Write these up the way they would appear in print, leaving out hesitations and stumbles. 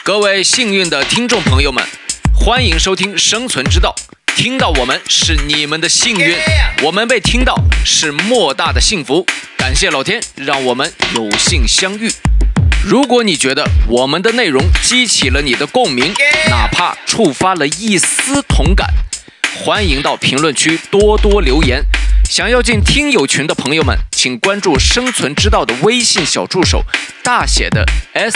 各位幸运的听众朋友们，欢迎收听《生存之道》。听到我们是你们的幸运，我们被听到是莫大的幸福。感谢老天，让我们有幸相遇。如果你觉得我们的内容激起了你的共鸣，哪怕触发了一丝同感，欢迎到评论区多多留言。想要进听友群的朋友们，请关注生存之道的微信小助手，大写的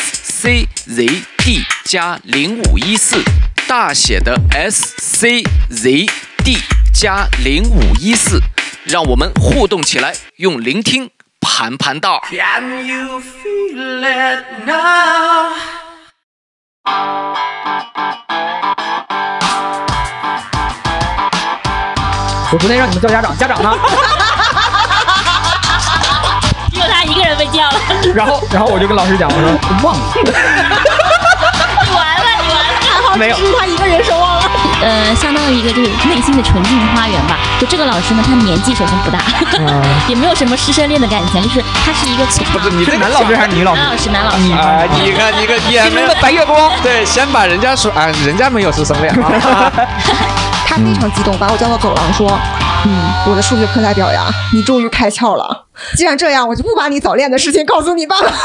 SCZD 加0514，大写的 SCZD 加0514，让我们互动起来，用聆听盘盘道。Can you feel it now？ 我昨天让你们叫家长，家长呢？ 只有他一个人被叫了。 然后我就跟老师讲，我说我忘了。 你完了，还好没有， 只是他一个人说忘了。相当于一个就是内心的纯净花园吧。就这个老师呢，他年纪首先不大，也没有什么师生恋的感情，就是他是一个不是你是男老师还是女老师？ 男老师。 你看也没有白月光。 对，先把人家说啊，人家没有师生恋啊。 他非常激动，把我叫到走廊说：“我的数学课代表呀，你终于开窍了。既然这样，我就不把你早恋的事情告诉你爸爸。”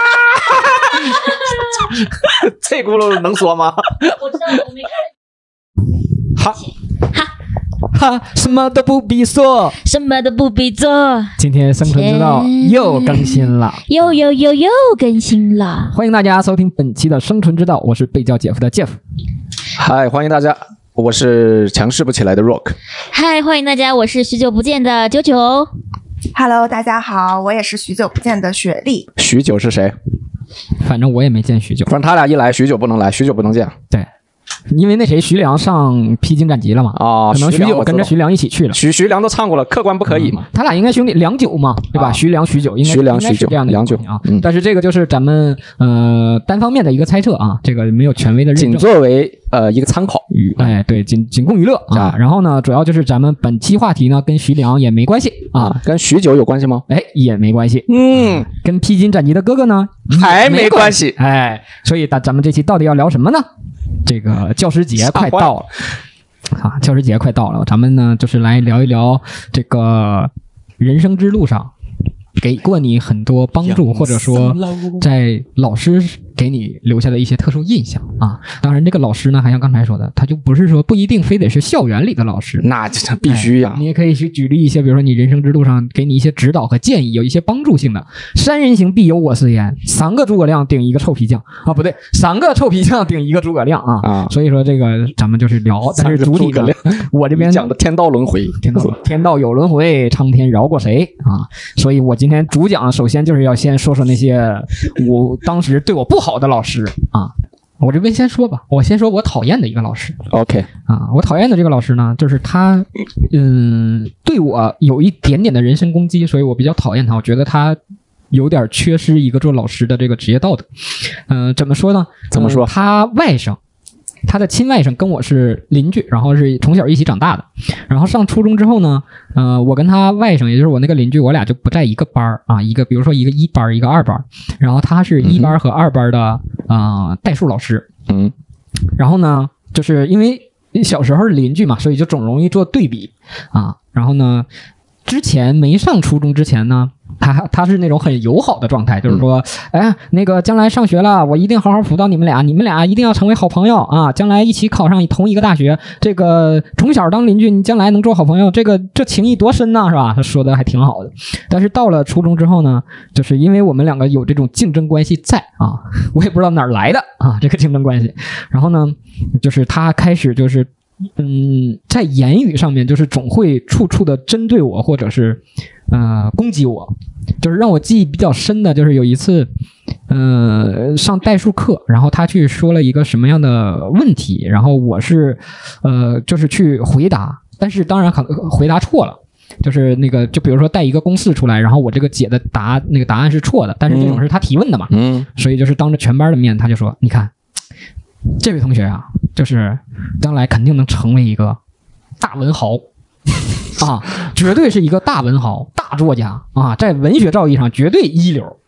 这轱辘能说吗？ 我知道，我没看。 哈，什么都不必说， 什么都不必做。 今天生存之道又更新了， 又更新了。 欢迎大家收听本期的生存之道，我是被叫姐夫的 Jeff。 嗨，欢迎大家，我是强势不起来的 Rock。 嗨，欢迎大家，我是许久不见的九九。 Hello， 大家好，我也是许久不见的雪莉。 许久是谁？ 反正我也没见许久， 不然他俩一来，许久不能来，许久不能见。 对。因为那谁徐良上披荆斩棘了嘛， 可能徐久跟着徐良一起去了。 徐良都唱过了，客观不可以嘛？ 他俩应该兄弟良久嘛，对吧？徐良徐久应该是这样的良久啊。但是这个就是咱们单方面的一个猜测啊，这个没有权威的认证， 仅作为一个参考。 对，仅供娱乐啊。然后呢，主要就是咱们本期话题呢跟徐良也没关系啊， 跟许久有关系吗？ 也没关系。跟披荆斩棘的哥哥呢还没关系。 所以咱们这期到底要聊什么呢？这个教师节快到了啊！教师节快到了，咱们呢就是来聊一聊这个人生之路上给过你很多帮助，或者说在老师给你留下的一些特殊印象啊。当然，这个老师呢，还像刚才说的，他就不是说不一定非得是校园里的老师， 那这必须呀。 你也可以去举例一些，比如说你人生之路上给你一些指导和建议，有一些帮助性的。三人行必有我师焉，3个诸葛亮顶一个臭皮匠啊，不对，3个臭皮匠顶一个诸葛亮啊。所以说这个咱们就是聊，但是主体呢，我这边讲的天道轮回， 天道有轮回，苍天饶过谁啊？所以我今天主讲，首先就是要先说说那些我当时对我不好的老师啊。我这边先说吧，我先说我讨厌的一个老师。 OK 啊，我讨厌的这个老师呢，就是他，对我有一点点的人身攻击，所以我比较讨厌他。我觉得他有点缺失一个做老师的这个职业道德。怎么说呢？ 怎么说？ 他外甥。他的亲外甥跟我是邻居，然后是从小一起长大的。然后上初中之后呢，我跟他外甥，也就是我那个邻居，我俩就不在一个班啊，比如说一个1班，一个2班。然后他是1班和2班的代数老师。然后呢，就是因为小时候是邻居嘛，所以就总容易做对比啊。然后呢，之前没上初中之前呢，他是那种很友好的状态，就是说，那个将来上学了，我一定好好辅导你们俩一定要成为好朋友啊，将来一起考上同一个大学，这个从小当邻居，你将来能做好朋友，这情谊多深呢，是吧？他说的还挺好的。但是到了初中之后呢，就是因为我们两个有这种竞争关系在啊，我也不知道哪儿来的啊，这个竞争关系。然后呢，就是他开始就是在言语上面就是总会处处的针对我，或者是攻击我。就是让我记忆比较深的就是有一次上代数课，然后他去说了一个什么样的问题，然后我是就是去回答，但是当然可能回答错了，就是那个就比如说带一个公式出来，然后我这个解的那个答案是错的，但是这种是他提问的嘛，所以就是当着全班的面他就说，你看这位同学啊，就是将来肯定能成为一个大文豪啊，绝对是一个大文豪、大作家啊，在文学造诣上绝对一流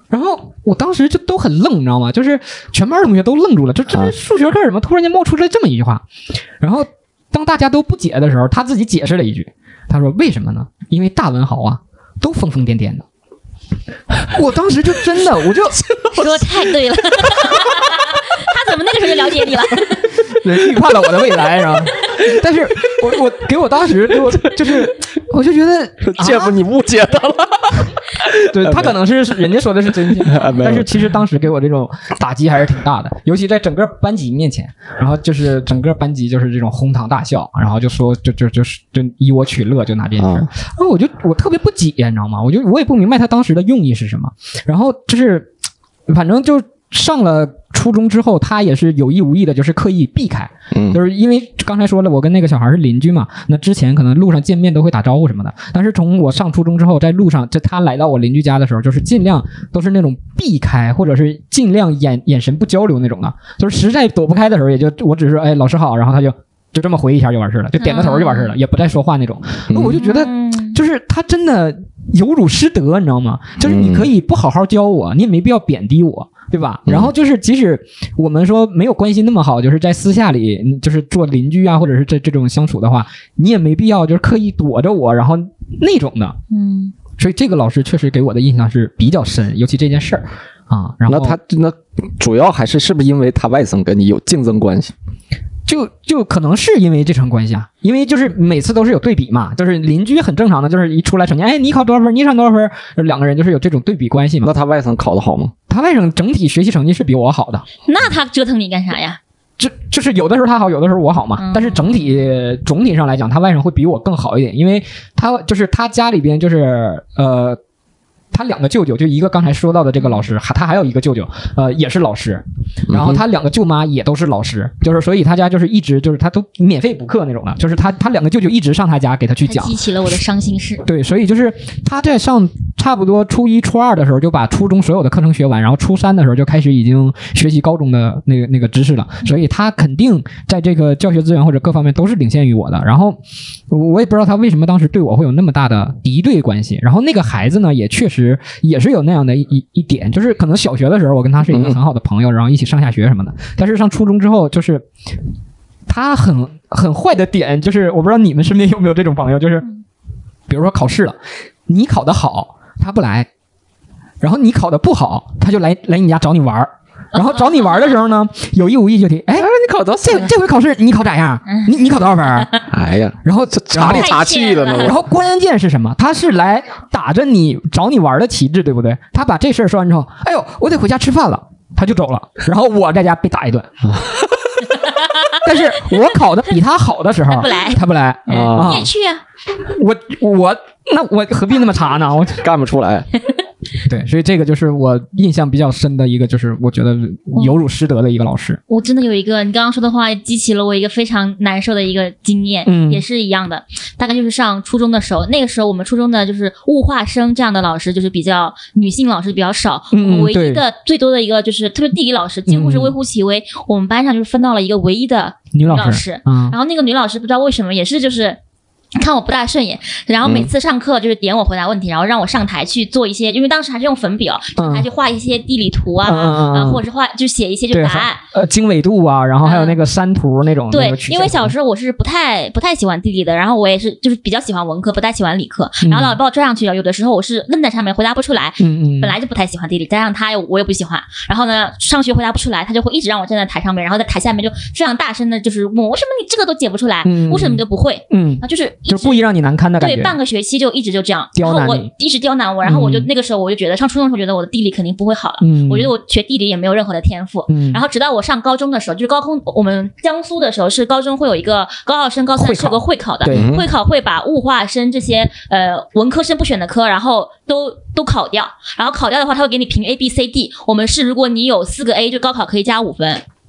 然后我当时就都很愣，你知道吗？就是全班同学都愣住了，这数学课怎么突然间冒出来这么一句话？然后当大家都不解的时候，他自己解释了一句，他说为什么呢？因为大文豪啊都疯疯癫癫的。我当时就真的我就说太对了，他怎么那个时候就了解你了？ 预判了我的未来，然后，但是我给我当时给我就是我就觉得姐夫你误解他了。 对，他可能是人家说的是真心，但是其实当时给我这种打击还是挺大的，尤其在整个班级面前，然后就是整个班级就是这种哄堂大笑，然后就说就以我取乐，就拿这件事，然后我特别不解，你知道吗？我也不明白他当时的用意是什么，然后就是反正就上了初中之后，他也是有意无意的，就是刻意避开，就是因为刚才说了，我跟那个小孩是邻居嘛，那之前可能路上见面都会打招呼什么的，但是从我上初中之后，在路上他来到我邻居家的时候，就是尽量都是那种避开，或者是尽量眼神不交流那种的，就是实在躲不开的时候，也就我只是哎老师好，然后他就这么回一下就完事了，就点个头就完事了，也不再说话那种。那我就觉得就是他真的有辱师德，你知道吗？就是你可以不好好教我，你也没必要贬低我，对吧？然后就是即使我们说没有关系那么好，就是在私下里就是做邻居啊，或者是这种相处的话，你也没必要就是刻意躲着我，然后那种的。所以这个老师确实给我的印象是比较深，尤其这件事儿啊。然后那主要还是不是因为他外甥跟你有竞争关系？ 就可能是因为这层关系啊，因为就是每次都是有对比嘛，就是邻居很正常的，就是一出来成绩，哎，你考多少分，你考多少分，两个人就是有这种对比关系嘛。 那他外甥考得好吗？ 他外甥整体学习成绩是比我好的。 那他折腾你干啥呀？ 就是有的时候他好，有的时候我好嘛。但是总体上来讲，他外甥会比我更好一点，因为他就是他家里边就是他两个舅舅，就一个刚才说到的这个老师，他还有一个舅舅，也是老师，然后他两个舅妈也都是老师，就是所以他家就是一直就是他都免费补课那种的，就是他两个舅舅一直上他家给他去讲， 激起了我的伤心事。 对，所以就是他在上差不多初一初二的时候就把初中所有的课程学完，然后初三的时候就开始已经学习高中的那个知识了，所以他肯定在这个教学资源或者各方面都是领先于我的。然后我也不知道他为什么当时对我会有那么大的敌对关系。然后那个孩子呢，也确实也是有那样的一点，就是可能小学的时候我跟他是一个很好的朋友，然后一起上下学什么的。但是上初中之后，就是他很坏的点，就是我不知道你们身边有没有这种朋友，就是比如说考试了，你考得好他不来，然后你考得不好他就来你家找你玩，然后找你玩的时候呢，有意无意就提，哎，你考多少？这回考试你考咋样？你考多少分？ 哎呀， 然后查里查气了呢。 然后关键是什么？他是来打着你找你玩的旗帜，对不对？他把这事儿说完之后，哎呦，我得回家吃饭了，他就走了。然后我在家被打一顿。但是我考的比他好的时候，他不来你也去啊？ 那我何必那么差呢？我干不出来。 对，所以这个就是我印象比较深的一个，就是我觉得有辱师德的一个老师。 我真的有一个你刚刚说的话激起了我一个非常难受的一个经验，也是一样的，大概就是上初中的时候，那个时候我们初中的就是物化生这样的老师就是比较女性老师比较少，我们唯一的最多的一个就是特别地理老师几乎是微乎其微，我们班上就是分到了一个唯一的女老师，然后那个女老师不知道为什么也是就是看我不大顺眼，然后每次上课就是点我回答问题，然后让我上台去做一些，因为当时还是用粉笔上台去画一些地理图啊，或者是画就写一些就答案， 经纬度啊，然后还有那个山图那种。 对，因为小时候我是不太喜欢地理的，然后我也是就是比较喜欢文科，不太喜欢理科，然后老师把我拽上去了，有的时候我是愣在上面回答不出来，本来就不太喜欢地理，加上他我也不喜欢，然后呢上学回答不出来，他就会一直让我站在台上面，然后在台下面就非常大声的就是问我为什么你这个都解不出来，为什么你都不会，就是故意让你难堪的感觉。 对，半个学期就一直就这样，然后我一直刁难我，然后我就那个时候我就觉得上初中的时候觉得我的地理肯定不会好了，我觉得我学地理也没有任何的天赋，然后直到我上高中的时候，就是高空我们江苏的时候是高中会有一个高二升高三是有个会考的，会考会把物化生这些文科生不选的科，然后都考掉，然后考掉的话他会给你评 A B C D， 我们是如果你有4个A 就高考可以加5分。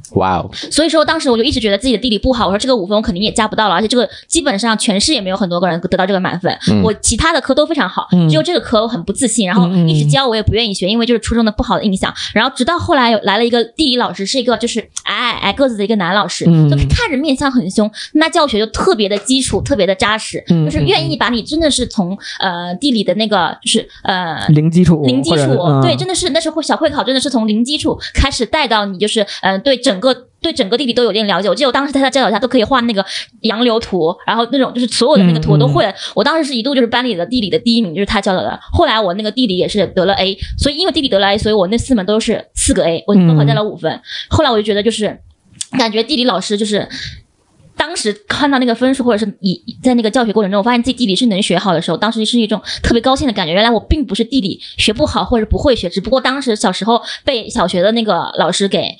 哇哦！ 所以说当时我就一直觉得自己的地理不好，我说这个5分我肯定也加不到了，而且这个基本上全市也没有很多个人得到这个满分，我其他的科都非常好，只有这个科我很不自信，然后一直教我也不愿意学，因为就是初中的不好的印象。然后直到后来来了一个地理老师，是一个就是矮个子的一个男老师，就看着面相很凶，那教学就特别的基础，特别的扎实，就是愿意把你真的是从地理的那个就是零基础， 对，真的是那时候小会考真的是从零基础开始带到你就是对整个地理都有点了解。我记得我当时在他教导下都可以画那个洋流图，然后那种就是所有的那个图我都会了。我当时是一度就是班里的地理的第1名，就是他教导的。后来我那个地理也是得了 A， 所以因为地理得了 A， 所以我那4门都是4个 A， 我高考加了5分。后来我就觉得就是感觉地理老师就是当时看到那个分数，或者是在那个教学过程中，我发现自己地理是能学好的时候，当时是一种特别高兴的感觉。原来我并不是地理学不好或者不会学，只不过当时小时候被小学的那个老师给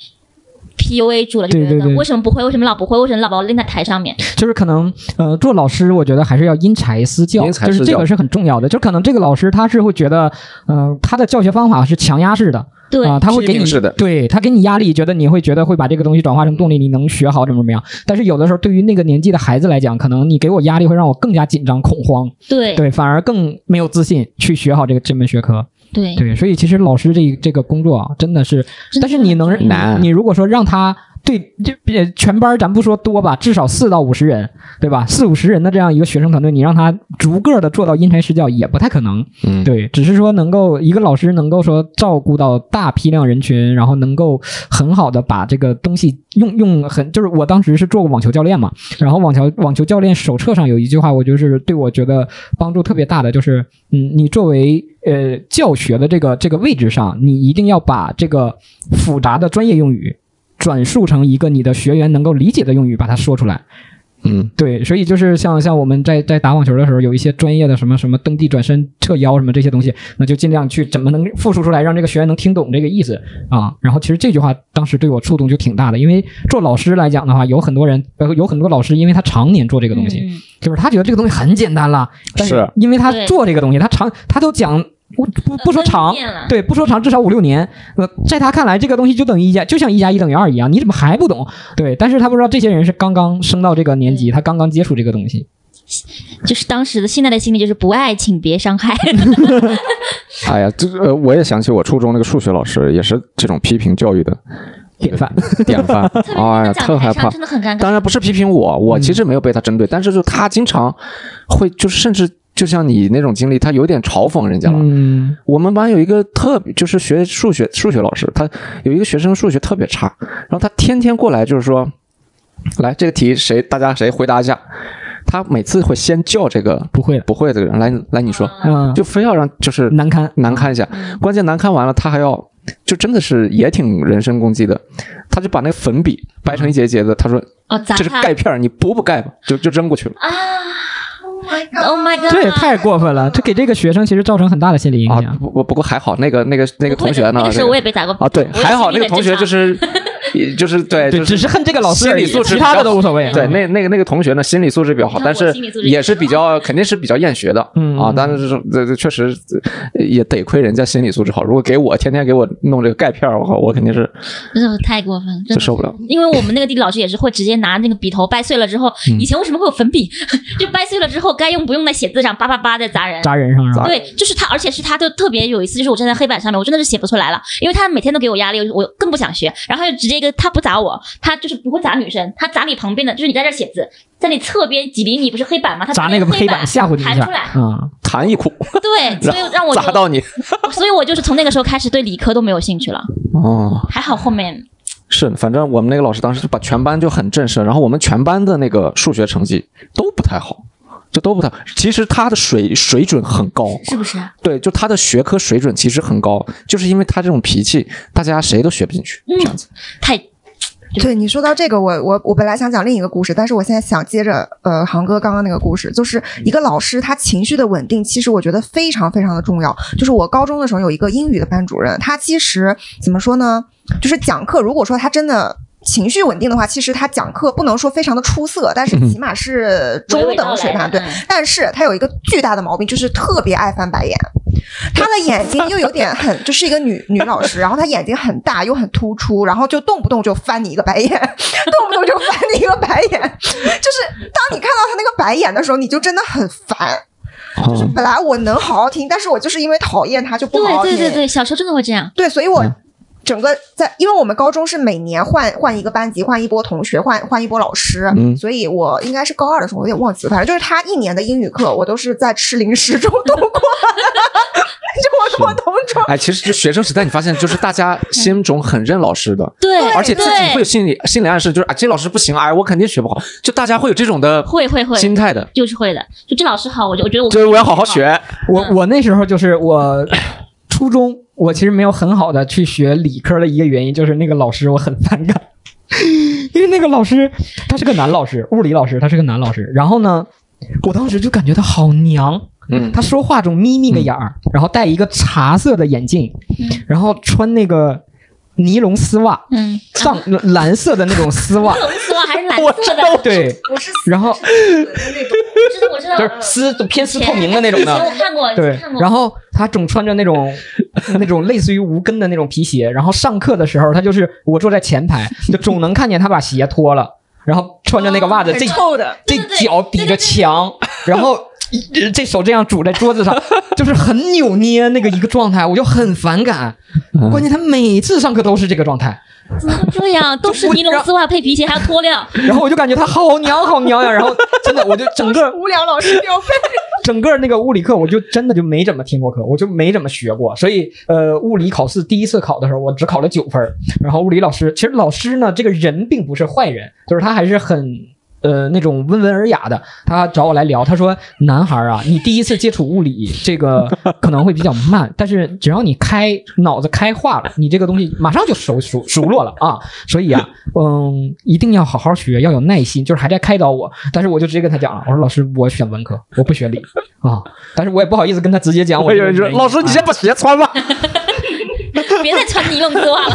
PUA 住了，就觉得为什么不会，为什么老不会，为什么老把我拎在台上面。 就是可能做老师我觉得还是要因材施教，就是这个是很重要的。就可能这个老师他是会觉得他的教学方法是强压式的， 对他会给你对他给你压力，觉得你会觉得会把这个东西转化成动力，你能学好怎么样。但是有的时候对于那个年纪的孩子来讲，可能你给我压力会让我更加紧张恐慌，对，反而更没有自信去学好这门学科。对，所以其实老师这个工作啊，真的是，但是你能难，你如果说让他对全班咱不说多吧，至少4到50人，对吧？40-50人的这样一个学生团队，你让他逐个的做到因材施教也不太可能。对，只是说能够一个老师能够说照顾到大批量人群，然后能够很好的把这个东西用就是我当时是做过网球教练嘛，然后网球教练手册上有一句话，我就是对我觉得帮助特别大的，就是你作为教学的这个位置上，你一定要把这个复杂的专业用语转述成一个你的学员能够理解的用语，把它说出来。对，所以就是像我们在打网球的时候，有一些专业的什么蹬地转身侧腰什么这些东西，那就尽量去怎么能复述出来，让这个学员能听懂这个意思啊。然后其实这句话当时对我触动就挺大的，因为做老师来讲的话，有很多老师，因为他常年做这个东西，就是他觉得这个东西很简单了，但是因为他做这个东西，他都讲。不说长，对，不说长，至少5-6年。在他看来，这个东西就等于就像1+1等于2一样，你怎么还不懂？对，但是他不知道这些人是刚刚升到这个年级，他刚刚接触这个东西。 就是当时的现在的心理就是不爱请别伤害。 哎呀，我也想起我初中那个数学老师，也是这种批评教育的典范。哎呀，特害怕， 真的很尴尬。 当然不是批评我其实没有被他针对，但是就他经常会就是甚至。就像你那种经历，他有点嘲讽人家了。我们班有一个就是学数学老师，他有一个学生数学特别差，然后他天天过来就是说，来这个题大家谁回答一下。他每次会先叫这个不会这个人来你说，就非要让就是难堪一下，关键难堪完了他还要就真的是也挺人身攻击的，他就把那个粉笔掰成一节节的，他说这是钙片，你不钙吧，就扔过去了啊。 Oh my god！ 这也太过分了，这给这个学生其实造成很大的心理影响。 不过还好，那个同学呢？ 那个时候我也被打过啊，对，还好那个同学就是对， 只是恨这个老师， 心理素质其他的都无所谓。 对，那个同学呢，心理素质比较好，但是也是肯定是比较厌学的啊。但是这确实也得亏人家心理素质好。如果天天给我弄这个钙片，我肯定是真的太过分，真的受不了。 因为我们那个地理老师也是会直接拿那个笔头掰碎了之后，以前为什么会有粉笔？就掰碎了之后，该用不用在写字上叭叭叭的砸人上是吧？ 对，就是他，而且是他都特别有一次，就是我站在黑板上面，我真的是写不出来了，因为他每天都给我压力，我更不想学。然后他就直接他不砸我，他就是不会砸女生，他砸你旁边的，就是你在这写字，在你侧边几厘米不是黑板吗？他砸那个黑板吓唬你一下， 弹一哭。 对，所以让我砸到你， 所以我就是从那个时候开始对理科都没有兴趣了。还好后面。 是，反正我们那个老师当时就把全班就很震慑，然后我们全班的那个数学成绩都不太好，其实他的水准很高， 是不是？ 对，就他的学科水准其实很高，就是因为他这种脾气，大家谁都学不进去，这样子。 对，你说到这个，我本来想讲另一个故事，但是我现在想接着航哥刚刚那个故事，就是一个老师他情绪的稳定，其实我觉得非常非常的重要。就是我高中的时候有一个英语的班主任，他其实怎么说呢，就是讲课如果说他真的情绪稳定的话，其实他讲课不能说非常的出色，但是起码是中等水平。对，但是他有一个巨大的毛病，就是特别爱翻白眼。他的眼睛又有点很，就是一个女老师，然后他眼睛很大又很突出，然后就动不动就翻你一个白眼，动不动就翻你一个白眼，就是当你看到他那个白眼的时候，你就真的很烦。就是本来我能好好听，但是我就是因为讨厌他就不好好听。 对，小时候真的会这样。 对，所以我整个因为我们高中是每年换一个班级，换一波同学，换一波老师，所以我应该是高2的时候，我有点忘记了，反正就是他1年的英语课，我都是在吃零食中度过的。就我同桌， 哎，其实学生时代你发现，就是大家心中很认老师的， 对， 而且自己会有心理暗示，就是这老师不行，哎，我肯定学不好，就大家会有这种的会心态的， 就是会的，就这老师好，我觉得就是我要好好学。 我那时候就是我初中，我其实没有很好的去学理科的一个原因，就是那个老师我很反感，因为那个老师他是个男老师，物理老师，他是个男老师，然后呢，我当时就感觉他好娘。他说话总眯眯个眼儿，然后戴一个茶色的眼镜，然后穿那个尼龙丝袜，上蓝色的那种丝袜， 尼龙丝袜还是蓝色的？ 对， 不是， 然后我知道， 就是丝偏丝透明的那种的， 我看过， 对，然后他总穿着那种类似于无跟的那种皮鞋，然后上课的时候，他就是我坐在前排，就总能看见他把鞋脱了，然后穿着那个袜子，这脚抵着墙，然后。这手这样拄在桌子上，就是很扭捏那个一个状态，我就很反感。关键他每次上课都是这个状态， 怎么这样？都是尼龙丝袜配皮鞋还要脱掉， 然后我就感觉他好娘呀，然后真的我就整个无聊老师标配， 整个那个物理课我就真的就没怎么听过课，我就没怎么学过，所以物理考试第一次考的时候我只考了9分，然后物理老师其实老师呢这个人并不是坏人，就是他还是很。那种温文尔雅的，他找我来聊，他说：“男孩啊，你第一次接触物理，这个可能会比较慢，但是只要你脑子开化了，你这个东西马上就熟络了啊。所以啊，一定要好好学，要有耐心。”就是还在开导我，但是我就直接跟他讲了，我说：“老师，我选文科，我不学理啊。”但是我也不好意思跟他直接讲，我就说：“老师，你先把鞋穿吧， 别再穿尼龙丝袜了。”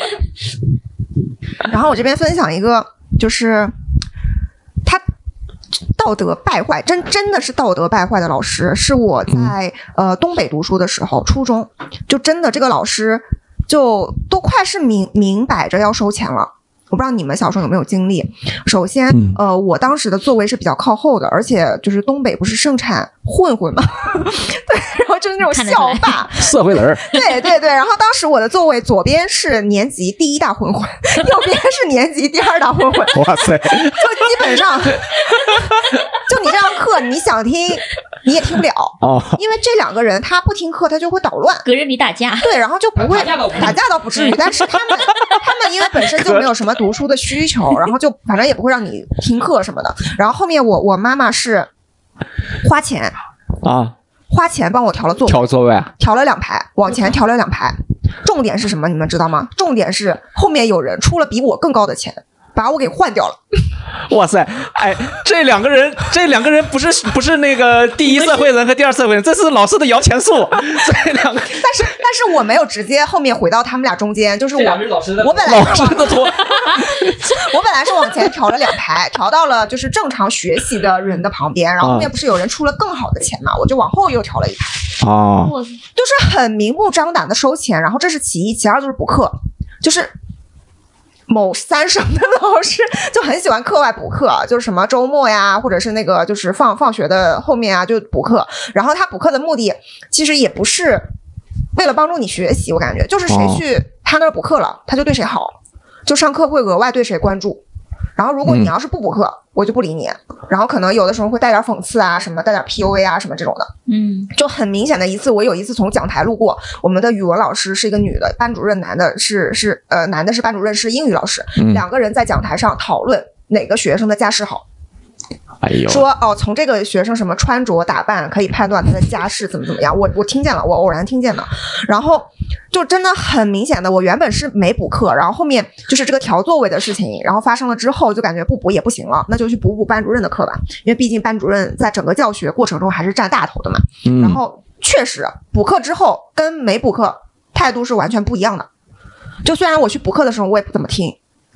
然后我这边分享一个，就是他道德败坏，真的是道德败坏的老师，是我在东北读书的时候，初中就真的这个老师就都快是明摆着要收钱了。我不知道你们小时候有没有经历。首先，我当时的座位是比较靠后的，而且就是东北不是盛产混混嘛，对，然后就是那种校霸、 社会人。 对。然后当时我的座位左边是年级第1大混混，右边是年级第2大混混。 哇塞！ 就基本上，就你这堂课，你想听你也听不了哦，因为这两个人他不听课，他就会捣乱， 隔着你打架。 对，然后就不会打架倒不至于，但是他们因为本身就没有什么读书的需求，然后就反正也不会让你听课什么的。然后后面我妈妈是花钱帮我调了座位，调了2排，往前调了2排。重点是什么？你们知道吗？重点是后面有人出了比我更高的钱，把我给换掉了。 哇塞！哎，这两个人不是那个第1社会人和第2社会人，这是老师的摇钱树。这两个， 但是我没有直接后面回到他们俩中间，就是我本来老师的错， 我本来是往前调了2排，调到了就是正常学习的人的旁边，然后后面不是有人出了更好的钱嘛，我就往后又调了1排。 啊， 就是很明目张胆的收钱，然后这是其一，其二就是补课，就是某3省的老师就很喜欢课外补课，就是什么周末呀，或者是那个就是放学的后面啊就补课。然后他补课的目的其实也不是为了帮助你学习，我感觉就是谁去他那儿补课了，他就对谁好，就上课会额外对谁关注。然后如果你要是不补课，我就不理你。然后可能有的时候会带点讽刺啊，什么带点 PUA 啊什么这种的。就很明显的一次，我有一次从讲台路过，我们的语文老师是一个女的，班主任男的是班主任是英语老师，2个人在讲台上讨论哪个学生的家世好。 哎呦， 说从这个学生什么穿着打扮可以判断他的家世怎么样。我听见了，我偶然听见的。然后就真的很明显的，我原本是没补课，然后后面就是这个调座位的事情，然后发生了之后，就感觉不补也不行了，那就去补班主任的课吧，因为毕竟班主任在整个教学过程中还是占大头的嘛。然后确实补课之后跟没补课态度是完全不一样的。就虽然我去补课的时候我也不怎么听，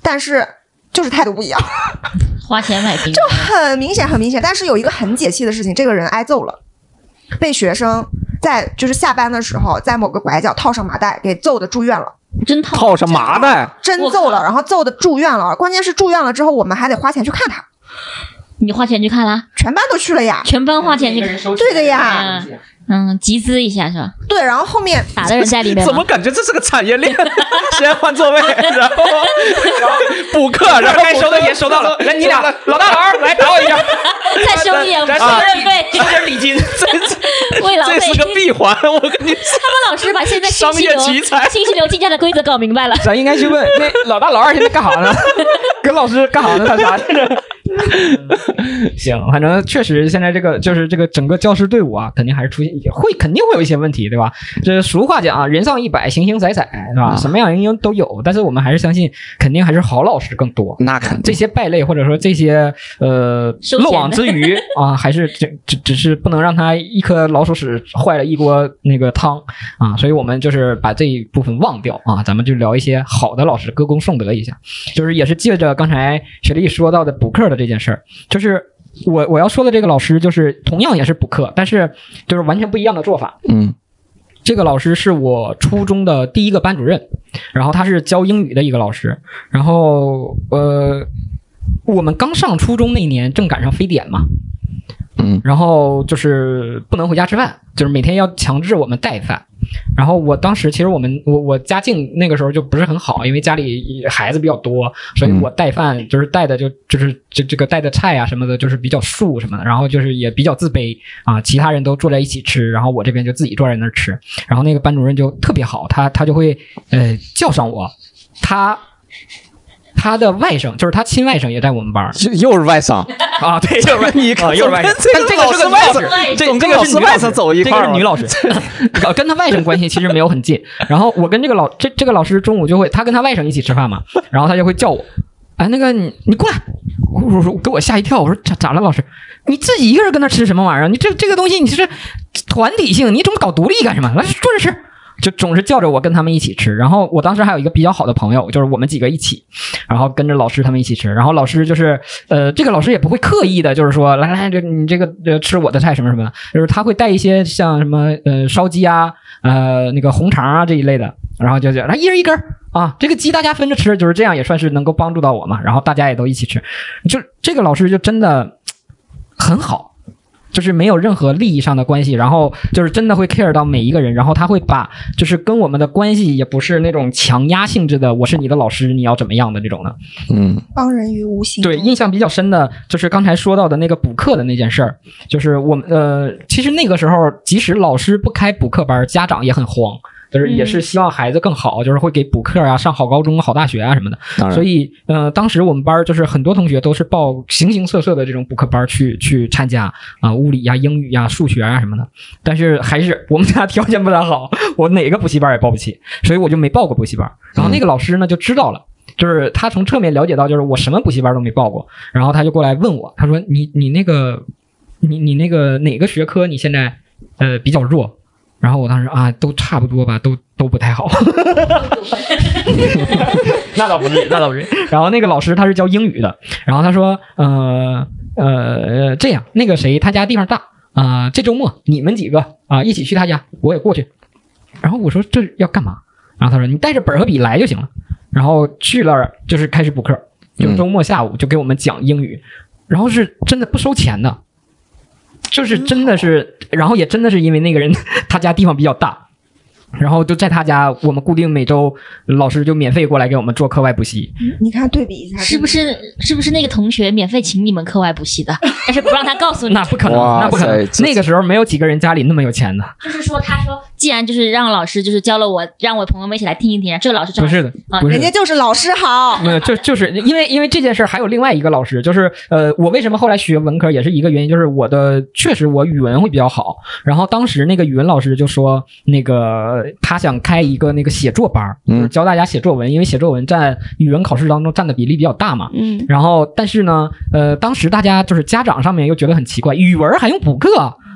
但是就是态度不一样， 花钱买平就很明显很明显。但是有一个很解气的事情，这个人挨揍了，被学生在就是下班的时候在某个拐角套上麻袋给揍的住院了。 真套上麻袋， 真揍了，然后揍的住院了。关键是住院了之后，我们还得花钱去看他。 你花钱去看啦？ 全班都去了呀。 全班花钱去看？ 对的呀。 集资一下是吧？ 对，然后后面打的人在里面。 怎么感觉这是个产业链？先换座位，然后补课，然后该收的也收到了。来，你俩老大老二来打我一下， 再收一点责任费， 收点礼金，这是个闭环。我跟你说， 他们老师把现在商业奇才、 信息流竞价的规则搞明白了。 咱应该去问那老大老二现在干啥呢？跟老师干啥呢？他啥？行，反正确实现在这个就是这个整个教师队伍啊，肯定还是肯定会有一些问题，对吧？这俗话讲啊，人上100，形形色色，对吧？什么样人都有，但是我们还是相信，肯定还是好老师更多。 那肯定， 这些败类或者说这些漏网之鱼啊，还是只是不能让他一颗老鼠屎坏了一锅那个汤啊，所以我们就是把这一部分忘掉啊，咱们就聊一些好的老师，歌功颂德一下。就是也是借着刚才雪莉说到的补课的这件事儿，就是我要说的这个老师，就是同样也是补课，但是就是完全不一样的做法。这个老师是我初中的第一个班主任，然后他是教英语的一个老师，然后我们刚上初中那年正赶上非典嘛。然后就是不能回家吃饭，就是每天要强制我们带饭。然后我当时其实我家境那个时候就不是很好，因为家里孩子比较多，所以我带饭就是带的就是这个带的菜啊什么的，就是比较素什么的，然后就是也比较自卑啊，其他人都坐在一起吃，然后我这边就自己坐在那儿吃。然后那个班主任就特别好，他就会叫上我，他的外甥就是他亲外甥也在我们班， 又是外甥啊，对，又是你又是外甥， 但这个是个外甥， 这个是外甥走一块儿， 这个是女老师，跟他外甥关系其实没有很近。然后我跟这个老师中午就会，他跟他外甥一起吃饭嘛，然后他就会叫我，那个你过来，我说给我吓一跳，我说咋了老师？你自己一个人跟他吃什么玩意儿？你这个东西你是团体性，你怎么搞独立干什么？来坐着吃。就总是叫着我跟他们一起吃，然后我当时还有一个比较好的朋友，就是我们几个一起，然后跟着老师他们一起吃，然后老师就是这个老师也不会刻意的，就是说来你这个吃我的菜什么什么的，就是他会带一些像什么烧鸡啊那个红肠啊这一类的，然后就来一人一根啊，这个鸡大家分着吃，就是这样也算是能够帮助到我嘛，然后大家也都一起吃，就这个老师就真的很好。就是没有任何利益上的关系，然后就是真的会 care 到每一个人，然后他会把就是跟我们的关系也不是那种强压性质的，我是你的老师，你要怎么样的这种的， 帮人于无形。 对，印象比较深的就是刚才说到的那个补课的那件事儿，就是我们其实那个时候即使老师不开补课班，家长也很慌。就是也是希望孩子更好，就是会给补课啊，上好高中、好大学啊什么的。所以当时我们班就是很多同学都是报形形色色的这种补课班去参加啊，物理呀、英语呀、数学啊什么的。但是还是我们家条件不太好，我哪个补习班也报不起，所以我就没报过补习班。然后那个老师呢就知道了。就是他从侧面了解到，就是我什么补习班都没报过，然后他就过来问我，他说你那个哪个学科你现在比较弱？然后我当时都差不多吧，都不太好。那倒不是。然后那个老师他是教英语的，然后他说这样，那个谁他家地方大这周末你们几个一起去他家，我也过去。然后我说这要干嘛？然后他说你带着本和笔来就行了。然后去了就是开始补课，就周末下午就给我们讲英语，然后是真的不收钱的。就是真的是，然后也真的是因为那个人他家地方比较大，然后就在他家，我们固定每周老师就免费过来给我们做课外补习。 你看对比一下， 是不是那个同学免费请你们课外补习的？但是不让他告诉你， 那不可能，那个时候没有几个人家里那么有钱的。 就是说，他说既然就是让老师就是教了我，让我朋友们一起来听一听，这个老师不是的， 人家就是老师好。 没有，就是因为这件事还有另外一个老师，就是我为什么后来学文科也是一个原因，就是确实我语文会比较好，然后当时那个语文老师就说那个他想开一个那个写作班，就是教大家写作文，因为写作文占语文考试当中占的比例比较大嘛。然后但是呢，当时大家就是家长上面又觉得很奇怪，语文还用补课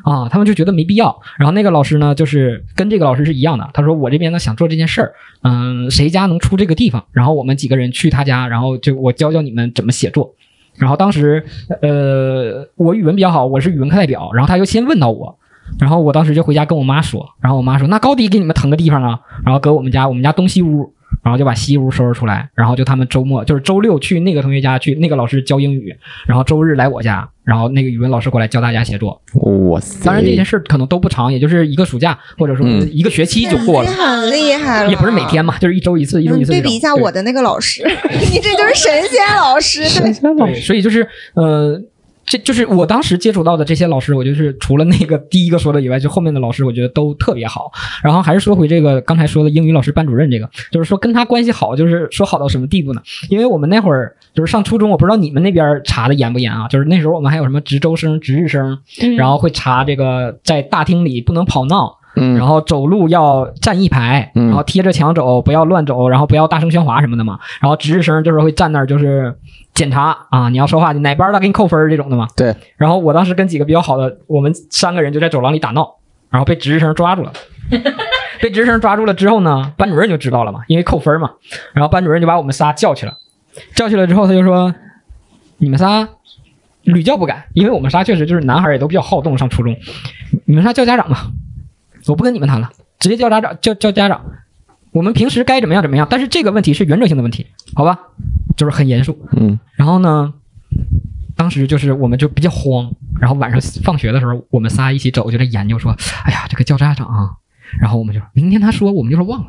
啊，他们就觉得没必要。然后那个老师呢，就是跟这个老师是一样的，他说我这边呢想做这件事儿，谁家能出这个地方，然后我们几个人去他家，然后就我教教你们怎么写作。然后当时我语文比较好，我是语文课代表，然后他就先问到我，然后我当时就回家跟我妈说，然后我妈说那高低给你们腾个地方啊，然后搁我们家东西屋，然后就把西屋收拾出来，然后就他们周末就是周六去那个同学家去那个老师教英语，然后周日来我家，然后那个语文老师过来教大家写作。 哇塞！ 当然这件事可能都不长，也就是一个暑假或者说一个学期就过了， 很厉害了， 也不是每天嘛，就是一周一次。 对比一下我的那个老师，你这就是神仙老师， 神仙老师。所以就是这就是我当时接触到的这些老师，我就是除了那个第一个说的以外，就后面的老师我觉得都特别好。然后还是说回这个刚才说的英语老师班主任，这个就是说跟他关系好，就是说好到什么地步呢？因为我们那会儿就是上初中，我不知道你们那边查的严不严啊？就是那时候我们还有什么值周生、值日生，然后会查这个在大厅里不能跑闹。然后走路要站一排，然后贴着墙走，不要乱走，然后不要大声喧哗什么的嘛。然后值日生就是会站那儿，就是检查啊，你要说话，哪班的给你扣分这种的嘛。对。然后我当时跟几个比较好的，我们3个人就在走廊里打闹，然后被值日生抓住了。被值日生抓住了之后呢，班主任就知道了嘛，因为扣分嘛。然后班主任就把我们仨叫去了，叫去了之后他就说：“你们仨屡教不改，因为我们仨确实就是男孩也都比较好动，上初中，你们仨叫家长吧。”我不跟你们谈了，直接叫家长，叫家长。我们平时该怎么样怎么样，但是这个问题是原则性的问题，好吧？就是很严肃。然后呢，当时就是我们就比较慌，然后晚上放学的时候，我们仨一起走，就在研究说，哎呀，这个叫家长啊。然后我们就说明天他说，我们就说忘了。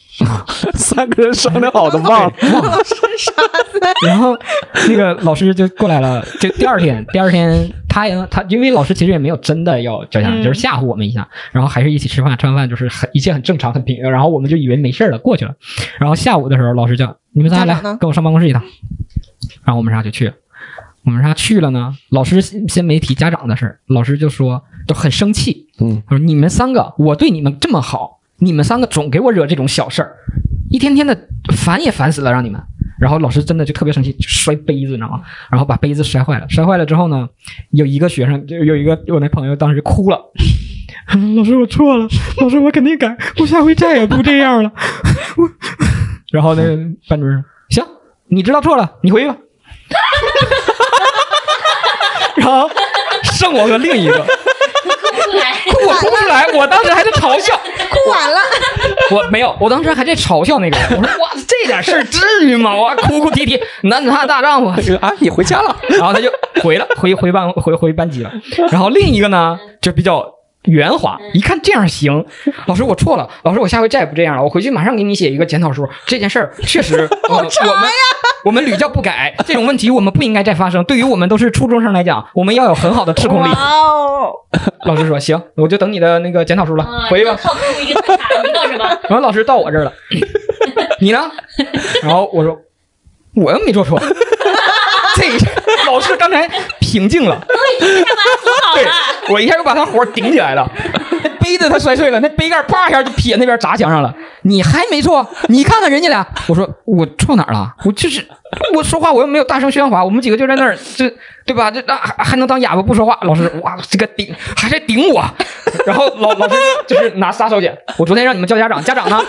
3个人商量好的忘了。 然后那个老师就过来了，就第二天他因为老师其实也没有真的要叫家长，就是吓唬我们一下，然后还是一起吃饭，吃完饭就是一切很正常很平，然后我们就以为没事了过去了。然后下午的时候老师叫你们仨来跟我上办公室一趟，然后我们仨就去了。我们仨去了呢，老师先没提家长的事，老师就说都很生气，他说你们3个我对你们这么好，你们3个总给我惹这种小事儿，一天天的烦也烦死了，让你们。然后老师真的就特别生气，就摔杯子，你知道吗？然后把杯子摔坏了。摔坏了之后呢，有一个学生，就有一个我那朋友当时哭了，老师我错了，老师我肯定改，我下回再也不这样了。然后那个班主任行，你知道错了，你回去吧。然后剩我和另一个。我哭不出来，我当时还在嘲笑， 哭完了。 我没有，我当时还在嘲笑那个人，我说哇，这点事儿至于吗？我哭哭啼啼，男子汉大丈夫啊，你回家了。 然后他就回班级了。然后另一个呢，就比较圆滑，一看这样行，老师我错了，老师我下回再也不这样了，我回去马上给你写一个检讨书。这件事儿确实，我们屡教不改，这种问题我们不应该再发生。对于我们都是初中生来讲，我们要有很好的自控力。老师说行，我就等你的那个检讨书了，回去吧。然后老师到我这儿了，你呢？然后我说我又没做错。这老师刚才平静了，对，我一下就把他火顶起来了。那杯子他摔碎了，那杯盖啪一下就撇那边砸墙上了。你还没错，你看看人家俩。我说我错哪儿了？我说话我又没有大声喧哗，我们几个就在那儿，这对吧？这还能当哑巴不说话？老师哇，这个还在顶我。然后老师就是拿杀手锏，我昨天让你们叫家长，家长呢？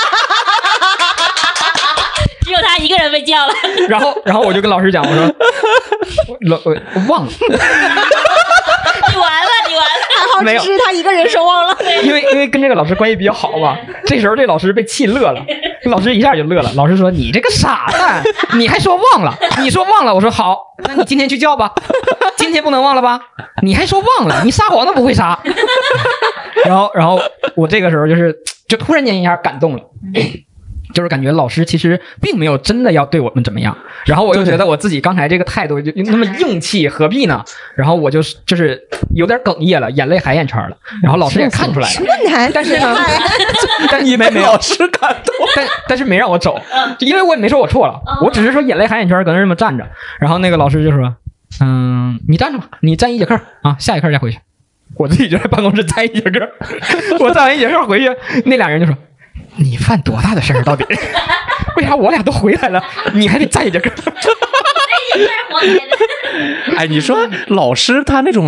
只有他一个人被叫了。 然后我就跟老师讲，我说我忘了。 你完了， 还好只是他一个人说忘了。 因为跟这个老师关系比较好嘛，这时候这老师被气乐了，老师一下就乐了。老师说你这个傻蛋，你还说忘了？你说忘了？我说好，那你今天去叫吧，今天不能忘了吧？你还说忘了？你撒谎都不会撒。然后我这个时候就突然间一下感动了。就是感觉老师其实并没有真的要对我们怎么样，然后我又觉得我自己刚才这个态度就那么硬气，何必呢？然后我就是有点哽咽了，眼泪还眼圈了。然后老师也看出来了， 什么男？ 但是呢，但你没老师感动， 但是没让我走，因为我也没说我错了，我只是说眼泪含眼圈搁那这么站着。然后那个老师就说，你站着吧，你站1节课啊，下一课再回去。我自己就在办公室站1节课，我站完1节课回去，那俩人就说。你犯多大的事儿？到底为啥我俩都回来了，你还得站1节课？ 哎，你说老师他那种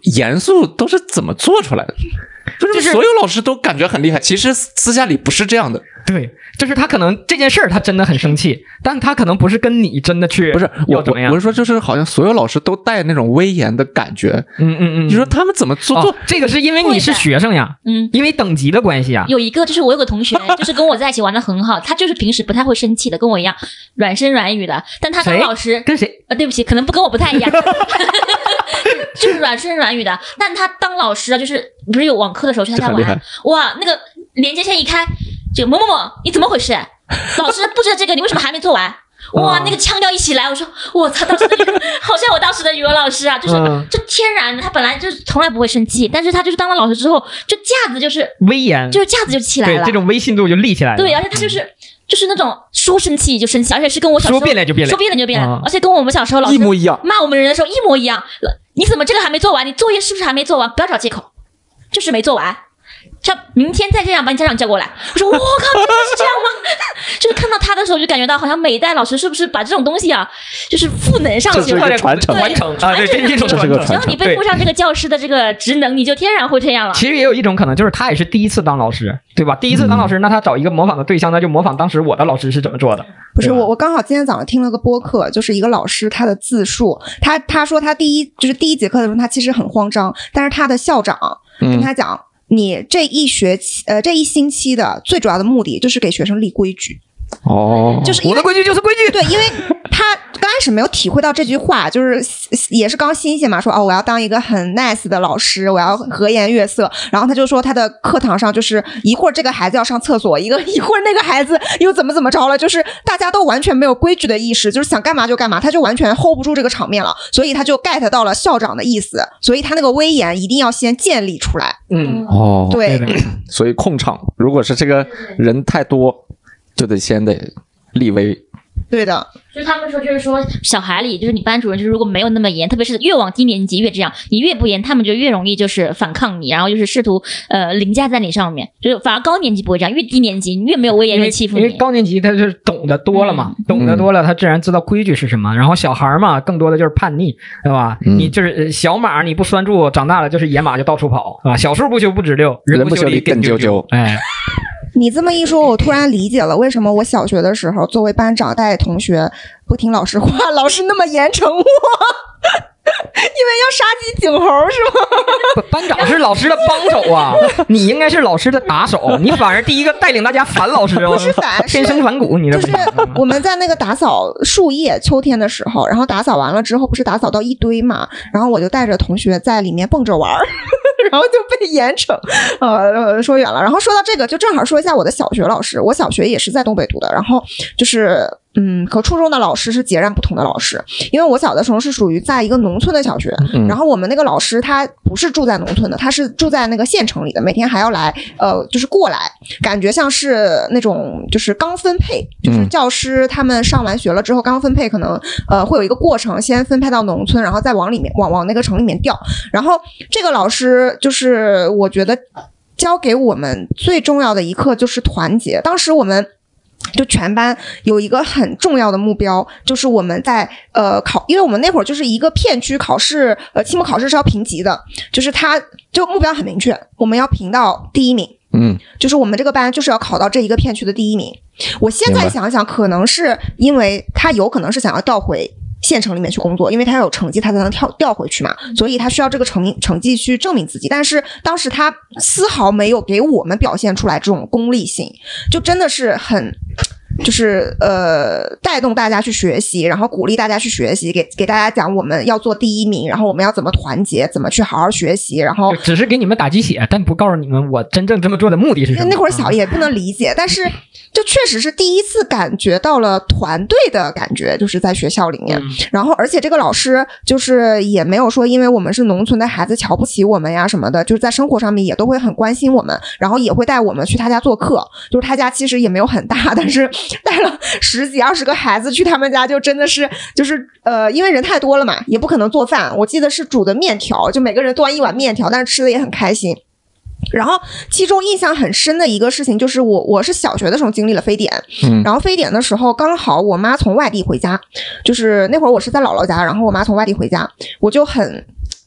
严肃都是怎么做出来的？就是所有老师都感觉很厉害，其实私下里不是这样的。 对，就是他可能这件事儿他真的很生气，但他可能不是跟你真的去不是我怎么样？ 我是说，就是好像所有老师都带那种威严的感觉。你说他们怎么做？ 这个是因为你是学生呀，因为等级的关系啊。 有一个就是我有个同学，就是跟我在一起玩的很好，他就是平时不太会生气的，跟我一样软声软语的，但他当老师跟谁？ 对不起，可能跟我不太一样。就是软声软语的，但他当老师啊，就是不是有网课的时候去他家玩，哇，那个连接线一开，这个某某某，你怎么回事？老师布置的这个，你为什么还没做完？哇，那个腔调一起来，我说我操，当时的好像我当时的语文老师啊，就是就天然的，他本来就从来不会生气，但是他就是当了老师之后，就架子就是威严， 就是架子就起来了， 对，这种威信度就立起来了。 对，而且他就是那种说生气就生气，而且是跟我小时候说变了就变了， 说变了就变了，而且跟我们小时候老师一模一样， 骂我们人的时候一模一样。你怎么这个还没做完？你作业是不是还没做完？不要找借口，就是没做完。像明天再这样把你家长叫过来。我说我靠，真的是这样吗？就是看到他的时候就感觉到好像每一代老师是不是把这种东西啊，就是赋能上去， 这是个传承啊，对，这是一种传承。 只要你背负上这个教师的这个职能，你就天然会这样了。 其实也有一种可能，就是他也是第一次当老师，对吧？第一次当老师，那他找一个模仿的对象，那就模仿当时我的老师是怎么做的。 不是我刚好今天早上听了个播客，就是一个老师他的自述，他说他第一节课的时候他其实很慌张，但是他的校长跟他讲，你这一星期的最主要的目的就是给学生立规矩。就是我的规矩就是规矩。 对，因为他刚开始没有体会到这句话，就是也是刚新鲜嘛，说我要当一个很 nice 的老师，我要和颜悦色。然后他就说他的课堂上就是一会儿这个孩子要上厕所，一会儿那个孩子又怎么着了，就是大家都完全没有规矩的意识，就是想干嘛就干嘛，他就完全 hold 不住这个场面了，所以他就 get 到了校长的意思，所以他那个威严一定要先建立出来。对， 所以控场如果是这个人太多，就得先得立威。 对的， 就是他们说，就是说小孩里，就是你班主任，就是如果没有那么严，特别是越往低年级越这样，你越不严，他们就越容易就是反抗你，然后就是试图凌驾在你上面。就是反而高年级不会这样，越低年级你越没有威严，越欺负你。 因为高年级他就是懂得多了嘛，懂得多了，他自然知道规矩是什么。然后小孩嘛，更多的就是叛逆，对吧？你就是小马，你不拴住，长大了就是野马，就到处跑，是吧？小树不修不直溜，人不修理更啾啾。哎。 你这么一说，我突然理解了为什么我小学的时候作为班长带同学不听老师话，老师那么严惩我。因为要杀鸡儆猴是吗？ 班长是老师的帮手啊，你应该是老师的打手，你反而第一个带领大家反老师哦， 不是反， 天生反骨，你这就是我们在那个打扫树叶，秋天的时候，然后打扫完了之后，不是打扫到一堆嘛，然后我就带着同学在里面蹦着玩，然后就被严惩。说远了，然后说到这个，就正好说一下我的小学老师，我小学也是在东北读的，然后就是和初中的老师是截然不同的老师，因为我小的时候是属于在一个农村的小学，然后我们那个老师他不是住在农村的，他是住在那个县城里的，每天还要来就是过来，感觉像是那种就是刚分配，就是教师他们上完学了之后刚分配，可能会有一个过程，先分配到农村，然后再往里面往那个城里面调。然后这个老师就是我觉得教给我们最重要的一课就是团结。当时我们就全班有一个很重要的目标，就是我们在因为我们那会儿就是一个片区考试，期末考试是要评级的，就是它就目标很明确，我们要评到第1名。就是我们这个班就是要考到这一个片区的第1名。我现在想想，可能是因为他有可能是想要调回县城里面去工作，因为他有成绩他才能调回去嘛，所以他需要这个成绩去证明自己。但是当时他丝毫没有给我们表现出来这种功利性，就真的是很就是带动大家去学习，然后鼓励大家去学习，给大家讲我们要做第1名，然后我们要怎么团结，怎么去好好学习，然后只是给你们打鸡血，但不告诉你们我真正这么做的目的是什么。 那会儿小也不能理解，但是就确实是第一次感觉到了团队的感觉，就是在学校里面。然后而且这个老师就是也没有说因为我们是农村的孩子瞧不起我们呀什么的，就是在生活上面也都会很关心我们，然后也会带我们去他家做客。就是他家其实也没有很大，但是带了10几20个孩子去他们家，就真的是就是因为人太多了嘛，也不可能做饭，我记得是煮的面条，就每个人端一碗面条，但是吃的也很开心。然后其中印象很深的一个事情就是我是小学的时候经历了非典，然后非典的时候刚好我妈从外地回家，就是那会儿我是在姥姥家，然后我妈从外地回家，我就很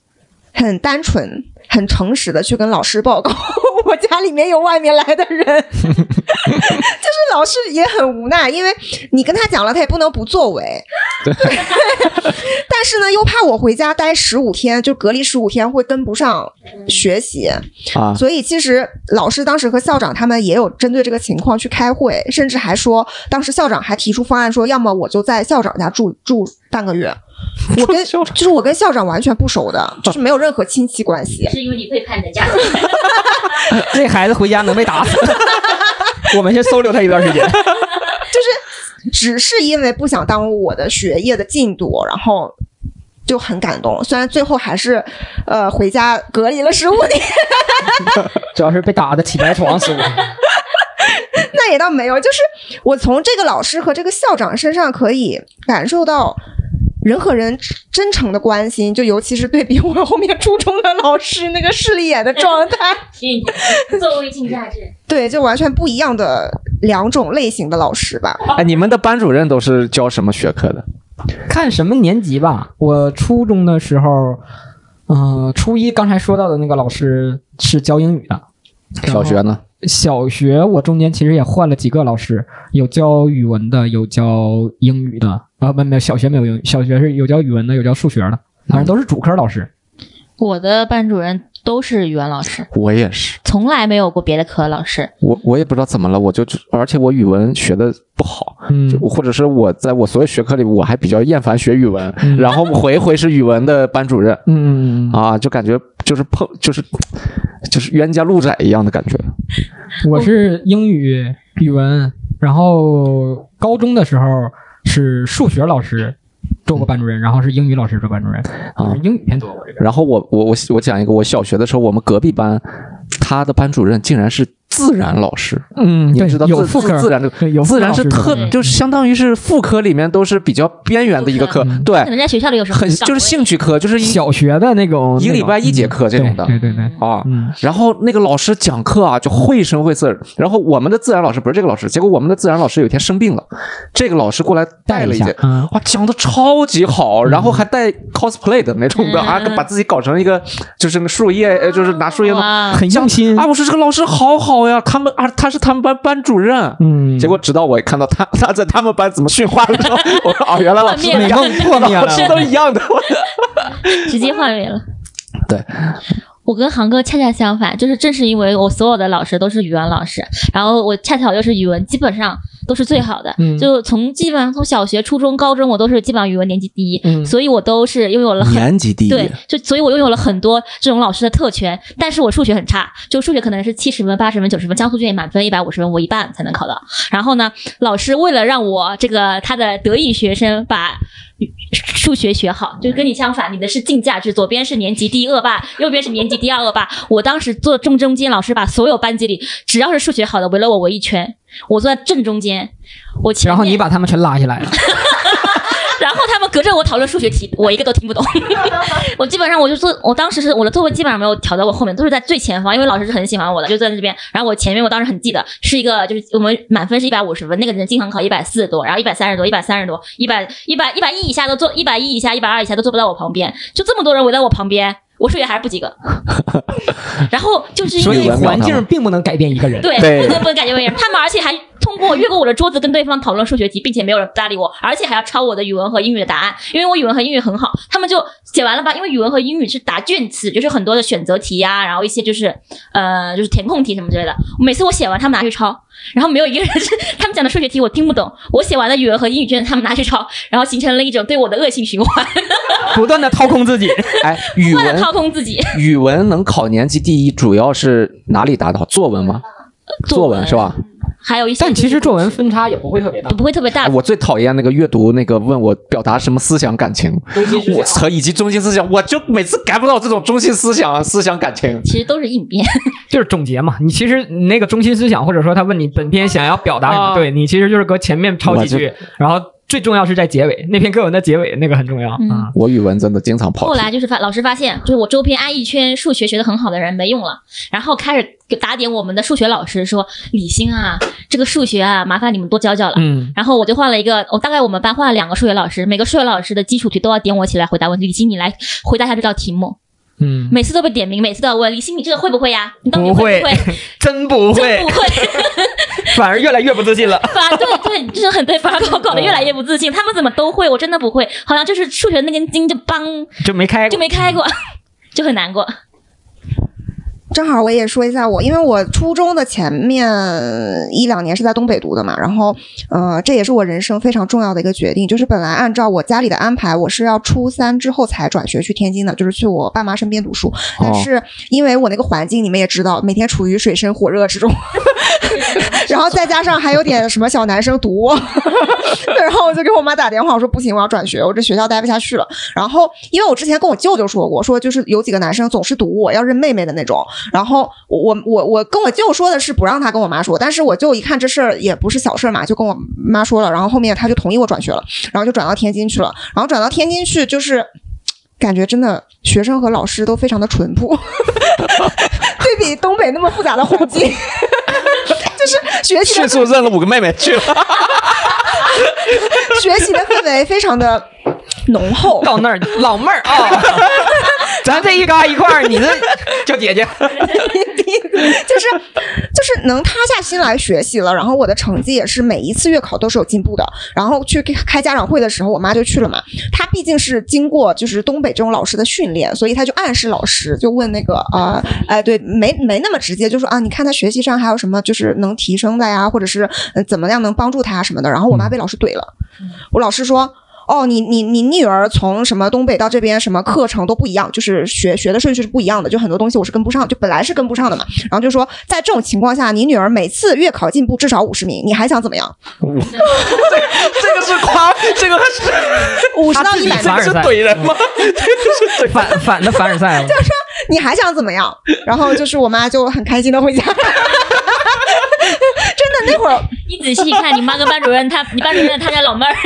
很单纯很诚实的去跟老师报告我家里面有外面来的人就是老师也很无奈，因为你跟他讲了他也不能不作为对但是呢又怕我回家待15天，就隔离15天会跟不上学习所以其实老师当时和校长他们也有针对这个情况去开会，甚至还说当时校长还提出方案说要么我就在校长家住半个月，我跟校长完全不熟的，就是没有任何亲戚关系。 是因为你背叛你的家人这孩子回家能被打死我们先收留他一段时间就是只是因为不想耽误我的学业的进度，然后就很感动，虽然最后还是回家隔离了15天主要是被打的起不来床15天那也倒没有，就是我从这个老师和这个校长身上可以感受到人和人真诚的关心，就尤其是对比我后面初中的老师那个势利眼的状态作为竞价值对，就完全不一样的2种类型的老师吧。 哎，你们的班主任都是教什么学科的？ 看什么年级吧。我初中的时候初一刚才说到的那个老师是教英语的。 小学呢？ 小学我中间其实也换了几个老师，有教语文的，有教英语的没有，小学没有英语，小学是有教语文的，有教数学的，反正都是主科老师。 我的班主任都是语文老师， 我也是， 从来没有过别的科老师。 我也不知道怎么了，而且我语文学的不好，或者是我在我所有学科里我还比较厌烦学语文，然后回是语文的班主任，就感觉就是冤家路窄一样的感觉。 我是英语、语文，然后高中的时候是数学老师做过班主任，然后是英语老师做班主任英语偏多我这个。 然后我讲一个，我小学的时候我们隔壁班他的班主任竟然是自然老师，你知道有副科自然的自然是就是相当于是副科里面都是比较边缘的一个课，对， 可能在学校里有什么很就是兴趣课，就是小学的那种一个礼拜1节课这种的， 对然后那个老师讲课啊就绘声绘色，然后我们的自然老师不是这个老师，结果我们的自然老师有一天生病了，这个老师过来带了一节，哇，讲的超级好，然后还带 cosplay 的那种的把自己搞成一个就是那树叶，就是拿树叶很用心我说这个老师好好呀，他是他们班主任，结果直到我看到他在他们班怎么训话的时候，我说原来老师美梦破灭了， 老师都一样的， 直接幻灭了。 对。 我跟航哥恰恰相反，就是正是因为我所有的老师都是语文老师，然后我恰巧又是语文基本上都是最好的，就基本上从小学、初中、高中我都是基本上语文年级第一，所以我都是拥有了年级第一， 对，所以我拥有了很多这种老师的特权，但是我数学很差，就数学可能是70分、80分、90分，江苏卷满分150分，我一半才能考到。然后呢，老师为了让我他的得意学生把数学学好，就跟你相反，你的是竞价制，左边是年级第一恶霸，右边是年级第2恶霸。我当时坐中间，老师把所有班级里只要是数学好的围了我围一圈，我坐在正中间，我前面， 然后你把他们全拉下来了然后他们隔着我讨论数学题，我一个都听不懂我基本上我当时是我的座位基本上没有调到我后面，都是在最前方，因为老师是很喜欢我的，就在这边。然后我前面我当时很记得是一个，就是我们满分是150分，那个人经常考140多，然后130多130多100 110以下都坐110以下120以下都坐不到我旁边，就这么多人围在我旁边，我数学还是不及格然后就是因为所以环境并不能改变一个人， 对，不能改变一个人，他们而且还通过越过我的桌子跟对方讨论数学题，并且没有人搭理我，而且还要抄我的语文和英语的答案，因为我语文和英语很好，他们就写完了吧，因为语文和英语是答卷词，就是很多的选择题啊，然后一些就是填空题什么之类的，每次我写完他们拿去抄，然后没有一个人是他们讲的数学题我听不懂，我写完了语文和英语卷他们拿去抄，然后形成了一种对我的恶性循环不断的掏空自己语文不断的掏空自己。 语文能考年级第一主要是哪里达到？作文吗？作文是吧？ 还有一些， 但其实作文分差也不会特别大， 不会特别大。 我最讨厌那个阅读那个问我表达什么思想感情，以及中心思想，我就每次改不到这种中心思想感情。 其实都是应变， 就是总结嘛。你其实那个中心思想，或者说他问你本篇想要表达什么，对你其实就是搁前面抄几句，然后最重要是在结尾，那篇课文的结尾那个很重要啊。 我语文真的经常跑题。 后来就是老师发现，就是我周边挨一圈数学学得很好的人没用了，然后开始打点我们的数学老师说：“李欣啊，这个数学啊，麻烦你们多教教了。”然后我就换了一个，大概我们班换了2个数学老师，每个数学老师的基础题都要点我起来回答问题。李欣，你来回答一下这道题目。 每次都被点名，每次都要问李欣，你这个会不会呀？你到底会不会？ 真不会， 真不会， 反而越来越不自信了。 对，真的很对，反而搞得越来越不自信。他们怎么都会，我真的不会，好像就是数学那根筋就没开过，就很难过。 正好我也说一下因为我初中的前面1-2年是在东北读的嘛，然后这也是我人生非常重要的一个决定，就是本来按照我家里的安排，我是要初3之后才转学去天津的，就是去我爸妈身边读书，但是因为我那个环境你们也知道，每天处于水深火热之中然后再加上还有点什么小男生毒然后我就给我妈打电话，我说不行，我要转学，我这学校待不下去了。然后因为我之前跟我舅舅说过，说就是有几个男生总是堵我要认妹妹的那种，然后我跟我舅说的是不让他跟我妈说，但是我舅一看这事儿也不是小事嘛，就跟我妈说了，然后后面他就同意我转学了，然后就转到天津去了。然后转到天津去就是感觉真的学生和老师都非常的淳朴对比东北那么复杂的环境就是学习迅速认了5个妹妹去了学习的氛围非常的浓厚。 到那儿老妹儿啊咱这一嘎一块儿，你这叫姐姐就是能塌下心来学习了，然后我的成绩也是每一次月考都是有进步的。然后去开家长会的时候我妈就去了嘛，她毕竟是经过就是东北这种老师的训练，所以她就暗示老师，就问那个对，没那么直接，就说你看她学习上还有什么就是能提升的呀，或者是怎么样能帮助她什么的。然后我妈被老师怼了，我老师说你女儿从什么东北到这边什么课程都不一样，就是学的顺序是不一样的，就很多东西我是跟不上，就本来是跟不上的嘛。然后就说在这种情况下，你女儿每次月考进步至少50名，你还想怎么样？ 这个是夸，这个是 50到100名， 这个是怼人吗？ 反的凡尔赛了。 就说你还想怎么样？然后就是我妈就很开心的回家。真的那会儿， 你仔细看，你妈跟班主任，你班主任他家老妹儿，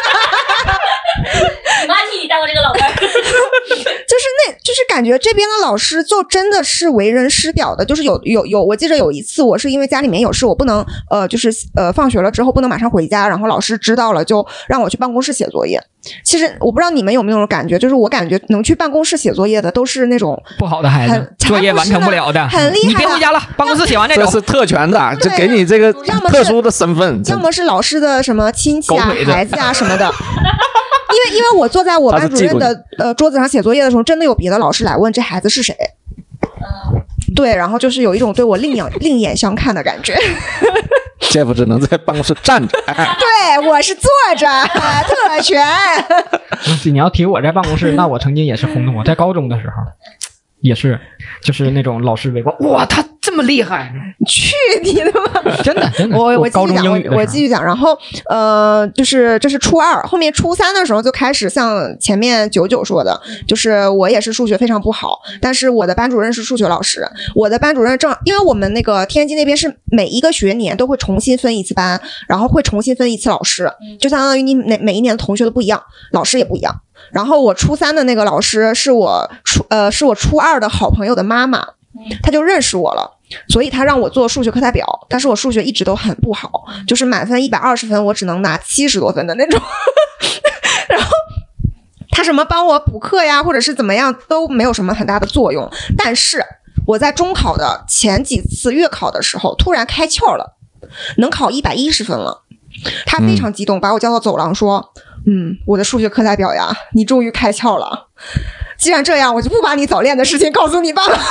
你妈替你当过这个老妹儿， 就是感觉这边的老师就真的是为人师表的，就是有，我记得有一次我是因为家里面有事，我不能就是放学了之后不能马上回家，然后老师知道了就让我去办公室写作业。其实我不知道你们有没有那种感觉，就是我感觉能去办公室写作业的都是那种不好的孩子，作业完成不了的， 很厉害的。 你别回家了，办公室写完这是特权的，就给你这个特殊的身份， 要么是老师的什么亲戚啊、孩子啊什么的。因为我坐在我班主任的桌子上写作业的时候，真的有别的老师来问这孩子是谁。对，然后就是有一种对我另眼相看的感觉。 Jeff 只能在办公室站着。 对，我是坐着，特权。 你要提我在办公室，那我曾经也是轰动。我在高中的时候，也是，就是那种老师围过，哇，他这么厉害， 去你的吧！ 真的， 我高中英语我继续讲，然后就是这是初2，后面初3的时候就开始像前面99说的，就是我也是数学非常不好，但是我的班主任是数学老师，我的班主任因为我们那个天津那边是每一个学年都会重新分一次班，然后会重新分一次老师，就相当于你每一年的同学都不一样，老师也不一样。然后我初3的那个老师是我初2的好朋友的妈妈，他就认识我了，所以他让我做数学课代表，但是我数学一直都很不好，就是满分120分我只能拿70多分的那种然后他什么帮我补课呀或者是怎么样都没有什么很大的作用，但是我在中考的前几次月考的时候突然开窍了，能考110分了，他非常激动，把我叫到走廊说我的数学课代表呀，你终于开窍了，既然这样我就不把你早恋的事情告诉你爸爸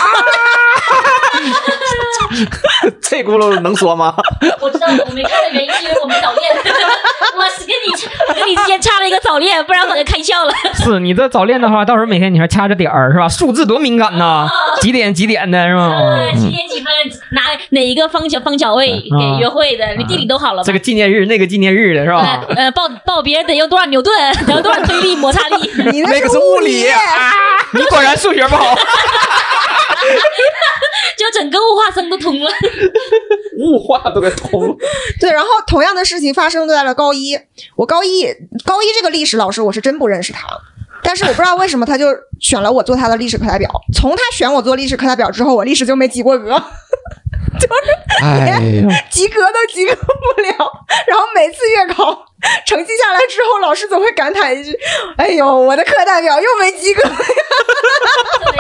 这轱辘能说吗？ 我知道我没看的原因是因为我们早恋我是跟你之间插了一个早恋，不然我早就开窍了。 是你这早恋的话，到时候每天你还掐着点儿是吧？数字多敏感呐，几点几点的是吧？ 几点几分拿哪一个方角位给约会的，你地理都好了吧？ 这个纪念日那个纪念日的是吧？ 报别人得用多少牛顿，得用多少推力摩擦力？ 你那个是物理你果然数学不好就整个物化生都通了， 物化都给通了。 对，然后同样的事情发生在了高一。我高一这个历史老师我是真不认识他，但是我不知道为什么他就选了我做他的历史课代表。从他选我做历史课代表之后，我历史就没及过格，就是连及格都及格不了。然后每次月考成绩下来之后，老师总会感叹一句：“哎呦，我的课代表又没及格呀。”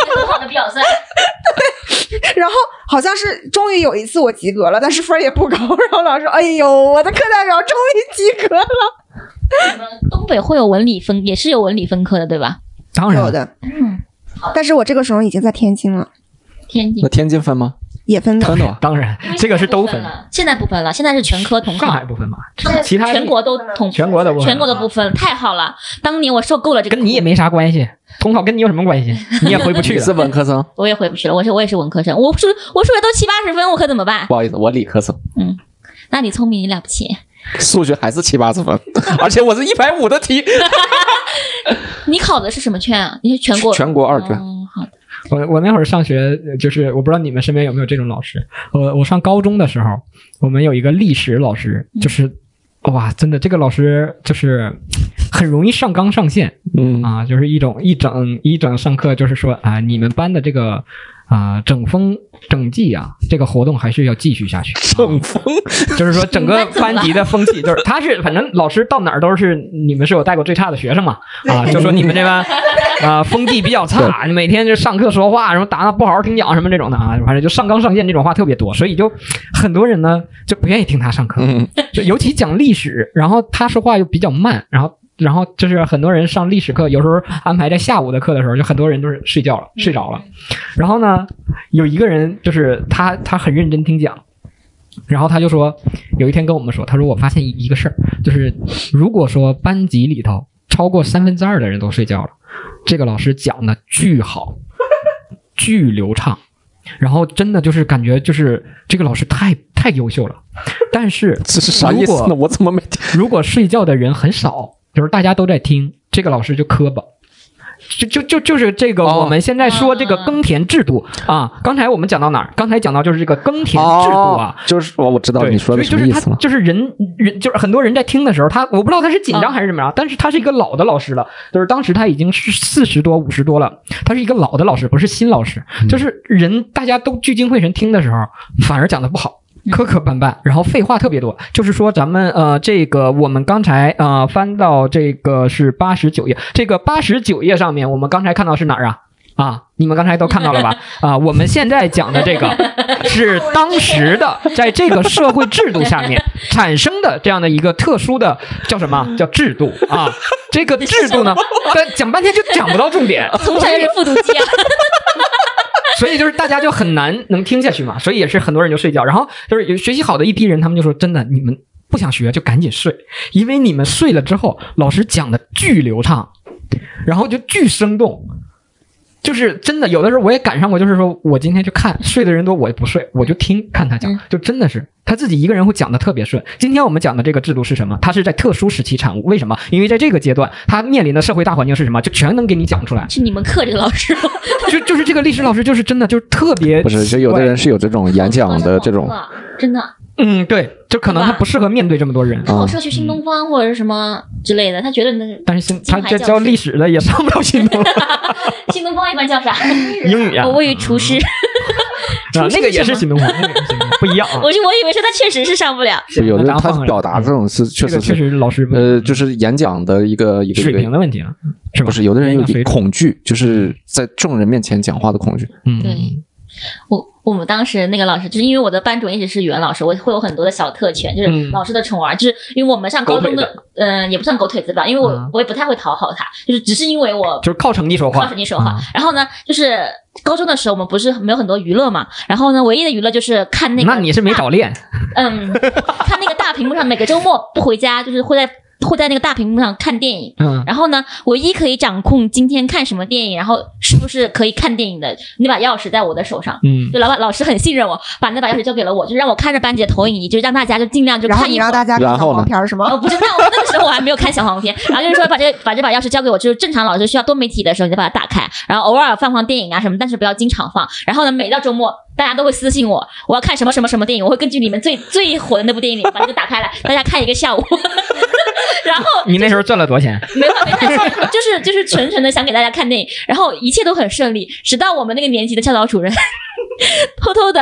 的比较算。 对，然后好像是终于有一次我及格了，但是分也不高，然后老师说：“哎呦，我的课代表终于及格了。” 你们东北会有文理分，也是有文理分科的，对吧？ 当然有的，但是我这个时候已经在天津了。 天津？ 那天津分吗？ 也分的， 当然，这个是都分。 现在不分了，现在是全科统考。 上海不分嘛？其他全国都统， 全国的不分， 全国的不分，太好了！当年我受够了这个。 跟你也没啥关系，统考跟你有什么关系？你也回不去了。 你是文科生？ 我也回不去了，我也是文科生。我数学都70-80分，我可怎么办？ 不好意思，我理科生。 那你聪明，你了不起。 数学还是70-80分，而且我是150的题。 你考的是什么卷啊？你是全国 2卷。 好的。 我那会儿上学，就是我不知道你们身边有没有这种老师。我上高中的时候，我们有一个历史老师，就是哇，真的这个老师就是很容易上纲上线，就是一整上课就是说啊，你们班的这个整风整季啊，这个活动还是要继续下去。 整风就是说整个班级的风气，就是他是反正老师到哪儿都是你们是有带过最差的学生嘛就说你们这班风气比较差，你每天就上课说话什么不好好听讲什么这种的反正就上纲上线这种话特别多，所以就很多人呢就不愿意听他上课，就尤其讲历史，然后他说话又比较慢，然后就是很多人上历史课，有时候安排在下午的课的时候，就很多人都是睡着了。然后呢，有一个人就是他很认真听讲，然后他就说，有一天跟我们说，他说我发现一个事儿，就是如果说班级里头超过2/3的人都睡觉了，这个老师讲的巨好，巨流畅，然后真的就是感觉就是这个老师太优秀了。但是这是啥意思呢？我怎么没听？ 如果睡觉的人很少，就是大家都在听，这个老师就磕巴。就是这个我们现在说这个耕田制度刚才我们讲到哪儿？刚才讲到就是这个耕田制度就是我知道你说的什么意思了。 就是人就是很多人在听的时候，我不知道他是紧张还是怎么样，但是他是一个老的老师了，就是当时他已经是40多50多了，他是一个老的老师，不是新老师，就是人大家都聚精会神听的时候，反而讲的不好。磕磕绊绊，然后废话特别多。就是说咱们这个我们刚才翻到这个是89页，这个89页上面我们刚才看到是哪儿你们刚才都看到了吧？我们现在讲的这个是当时的在这个社会制度下面产生的这样的一个特殊的叫什么？叫制度这个制度呢，讲半天就讲不到重点。 从小是复读机所以就是大家就很难能听下去嘛，所以也是很多人就睡觉。然后就是学习好的一批人，他们就说真的，你们不想学就赶紧睡，因为你们睡了之后，老师讲的巨流畅，然后就巨生动。就是真的，有的时候我也赶上过，就是说我今天去看睡的人多，我也不睡，我就看他讲，就真的是他自己一个人会讲的特别顺。今天我们讲的这个制度是什么？它是在特殊时期产物，为什么？因为在这个阶段，他面临的社会大环境是什么，就全能给你讲出来。 是你们课这个老师吗？ 就是这个历史老师，就是真的就是特别不是，就有的人是有这种演讲的这种， 真的。 对，就可能他不适合面对这么多人。 我说去新东方或者是什么之类的，他觉得那是。 但是他这教历史的也上不了新东方。 新东方一般叫啥？ 英语我以为厨师。 那个也是新东方，不一样我以为说他确实是上不了。 有的他表达这种是确实老师就是演讲的一个水平的问题了，是吧？ 不是，有的人有恐惧，就是在众人面前讲话的恐惧。 对。我们当时那个老师，就是因为我的班主任一直是语文老师，我会有很多的小特权，就是老师的宠儿，就是因为我们上高中的，也不算狗腿子吧，因为我也不太会讨好他，就是只是因为我就是靠成绩说话， 然后呢，就是高中的时候我们不是没有很多娱乐嘛，然后呢，唯一的娱乐就是看那个， 那你是没早恋， 看那个大屏幕上，每个周末不回家，就是会在那个大屏幕上看电影，然后呢，唯一可以掌控今天看什么电影，然后是不是可以看电影的那把钥匙在我的手上，就老师很信任我，把那把钥匙交给了我，就是让我看着班级的投影仪，就是让大家就尽量就看一会儿， 然后你让大家看小黄片是吗？ 不是，那个时候我还没有看小黄片，然后就是说把这把钥匙交给我，就是正常老师需要多媒体的时候你就把它打开，然后偶尔放电影啊什么，但是不要经常放，然后呢，每到周末大家都会私信我要看什么什么什么电影，我会根据你们最火的那部电影把这个打开来，大家看一个下午。然后你那时候赚了多少钱？ 没就是纯的想给大家看电影，然后一切都很顺利，直到我们那个年级的教导主任偷偷的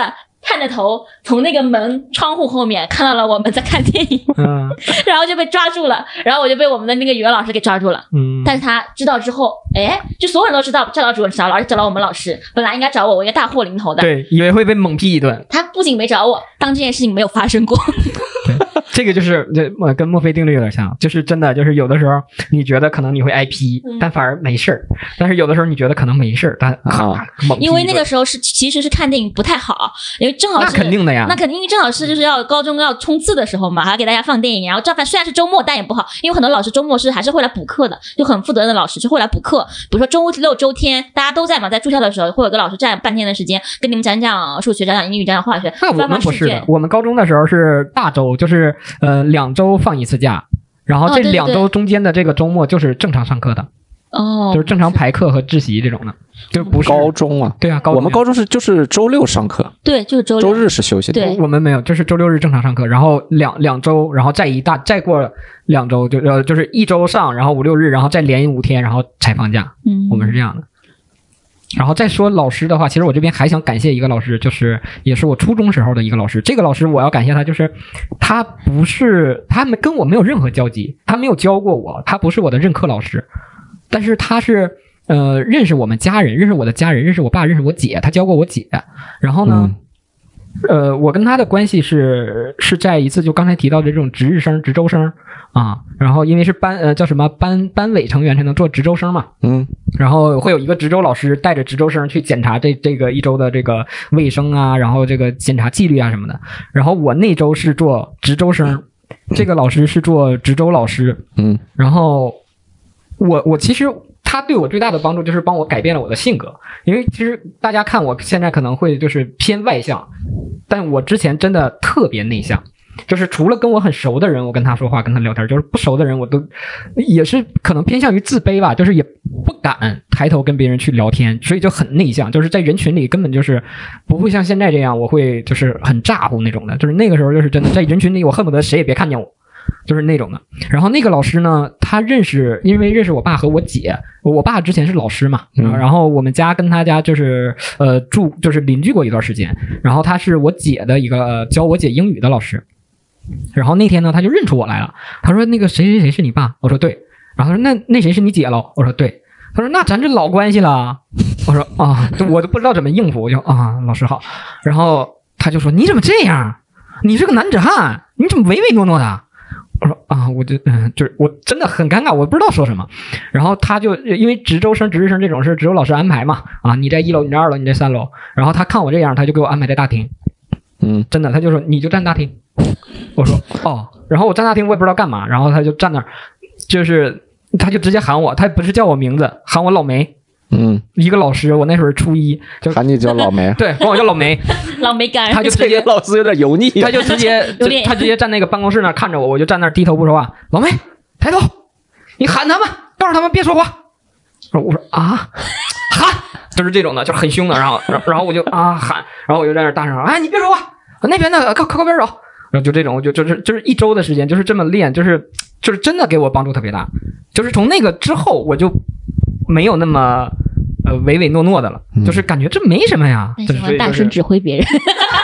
探着头从那个门窗户后面看到了我们在看电影，然后就被抓住了，然后我就被我们的那个语文老师给抓住了。但是他知道之后，就所有人都知道教导主任找老师找了我们老师，本来应该找我一个大祸临头的， 对，以为会被猛批一顿。 他不仅没找我，当这件事情没有发生过。 这个就是跟墨菲定律有点像，就是真的就是有的时候你觉得可能你会挨批，但反而没事儿；但是有的时候你觉得可能没事儿，但猛批。 因为那个时候其实是看电影不太好，因为正好是那肯定的呀， 那肯定因为正好是就是要高中要冲刺的时候嘛，还给大家放电影，然后这虽然是周末，但也不好，因为很多老师周末是还是会来补课的，就很负责任的老师就会来补课，比如说周六周天大家都在嘛，在住校的时候会有个老师占半天的时间跟你们讲讲数学，讲讲英语，讲讲化学。 那我们不是的，我们高中的时候是大周，就是2周放一次假，然后这2周中间的这个周末就是正常上课的。就是正常排课和自习这种的，就不是高中啊。 对啊， 我们高中就是周六上课， 对，就是周日是休息的。 对， 我们没有，就是周六日正常上课，然后两周，然后再过2周就是1周上，然后5、6日，然后再连5天，然后才放假。我们是这样的。然后再说老师的话，其实我这边还想感谢一个老师，就是也是我初中时候的一个老师。这个老师我要感谢他，就是他跟我没有任何交集，他没有教过我，他不是我的任课老师。但是他是认识我们家人，认识我的家人，认识我爸，认识我姐，他教过我姐。然后呢，我跟他的关系是在一次就刚才提到的这种值日生、值周生啊。然后因为是叫什么班委成员才能做值周生嘛，然后会有一个值周老师带着值周生去检查这个一周的这个卫生啊，然后这个检查纪律啊什么的。然后我那周是做值周生，这个老师是做值周老师，然后。我其实他对我最大的帮助就是帮我改变了我的性格，因为其实大家看我现在可能会就是偏外向，但我之前真的特别内向，就是除了跟我很熟的人我跟他说话跟他聊天，就是不熟的人我都也是可能偏向于自卑吧，就是也不敢抬头跟别人去聊天，所以就很内向，就是在人群里根本就是不会像现在这样我会就是很咋呼那种的，就是那个时候就是真的在人群里我恨不得谁也别看见我，就是那种的。然后那个老师呢，他因为认识我爸和我姐，我爸之前是老师嘛，然后我们家跟他家就是就是邻居过一段时间，然后他是我姐的一个教我姐英语的老师。然后那天呢，他就认出我来了，他说那个谁谁谁是你爸，我说对，然后他说那谁是你姐喽，我说对，他说那咱这老关系了，我说啊，我都不知道怎么应付，我就啊老师好，然后他就说你怎么这样，你是个男子汉，你怎么唯唯诺诺的？我说啊，我就是我真的很尴尬，我不知道说什么。然后他就因为值周生、值日生这种是只有老师安排嘛，啊，你在1楼，你在2楼，你在3楼。然后他看我这样，他就给我安排在大厅。真的，他就说你就站大厅。我说哦，然后我站大厅，我也不知道干嘛。然后他就站那儿，就是他就直接喊我，他不是叫我名字，喊我老梅。一个老师，我那时候初1，就喊你叫老梅， 对，管我叫老梅， 老梅干， 他就直接老师有点油腻， 他就直接他直接站那个办公室那看着我，我就站那低头不说话。老梅，抬头，你喊他们，告诉他们别说话。我说啊，喊，就是这种的，就很凶的。然后我就啊喊，然后我就在那大声说，哎，你别说话，那边的靠边走。然后就这种，就是1周的时间，就是这么练，就是真的给我帮助特别大。就是从那个之后，我就没有那么唯唯诺诺的了，就是感觉这没什么呀。 喜欢大声指挥别人，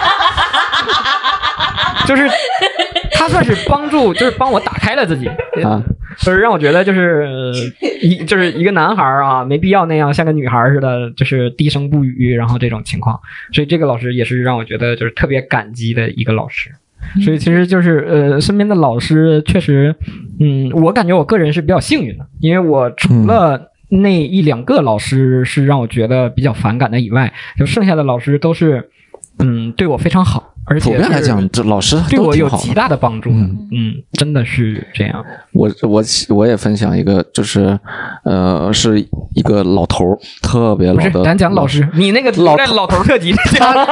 就是他算是帮助，就是帮我打开了自己啊，就是让我觉得就是一个男孩啊，没必要那样像个女孩似的，就是低声不语，然后这种情况。所以这个老师也是让我觉得就是特别感激的一个老师。所以其实就是身边的老师确实，我感觉我个人是比较幸运的，因为我除了那1、2个老师是让我觉得比较反感的以外，就剩下的老师都是对我非常好，而且普遍来讲这老师对我有极大的帮助。真的是这样。 我也分享一个，就是是一个老头，特别老的。 不是，咱讲老师，你那个老头特辑。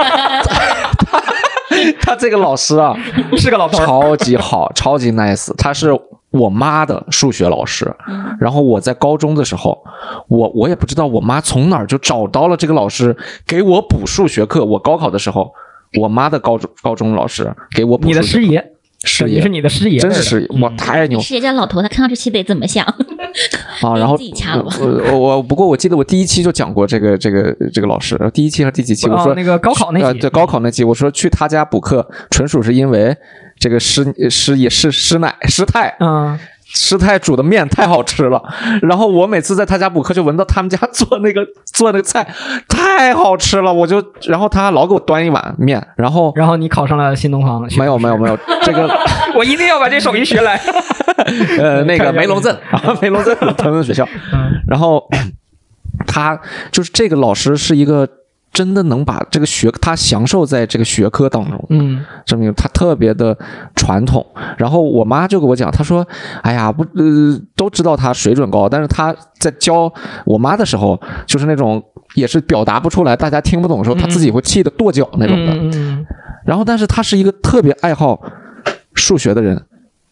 他这个老师啊是个老头， 超级好，超级 nice。他是我妈的数学老师，然后我在高中的时候，我也不知道我妈从哪儿就找到了这个老师给我补数学课。我高考的时候，我妈的高中老师给我补数学课。 你的师爷，是你的师爷， 真是师爷，哇，太牛！ 师爷家老头，他看到这期得怎么想？ 啊，然后自己掐了吧。 不过我记得我第一期就讲过这个老师，第一期还是第几期？我说那个高考那期， 对高考那期，我说去他家补课，纯属是因为这个师太，师太煮的面太好吃了，然后我每次在他家补课就闻到他们家做那个菜太好吃了，然后他老给我端一碗面，然后你考上了新东方？ 没有，这个我一定要把这手艺学来。 那个梅龙镇腾讯学校，然后他就是这个老师是一个。真的能把这个他享受在这个学科当中，证明他特别的传统。然后我妈就给我讲，她说：“哎呀，都知道他水准高，但是他在教我妈的时候，就是那种也是表达不出来，大家听不懂的时候，他自己会气得跺脚那种的。然后，但是他是一个特别爱好数学的人，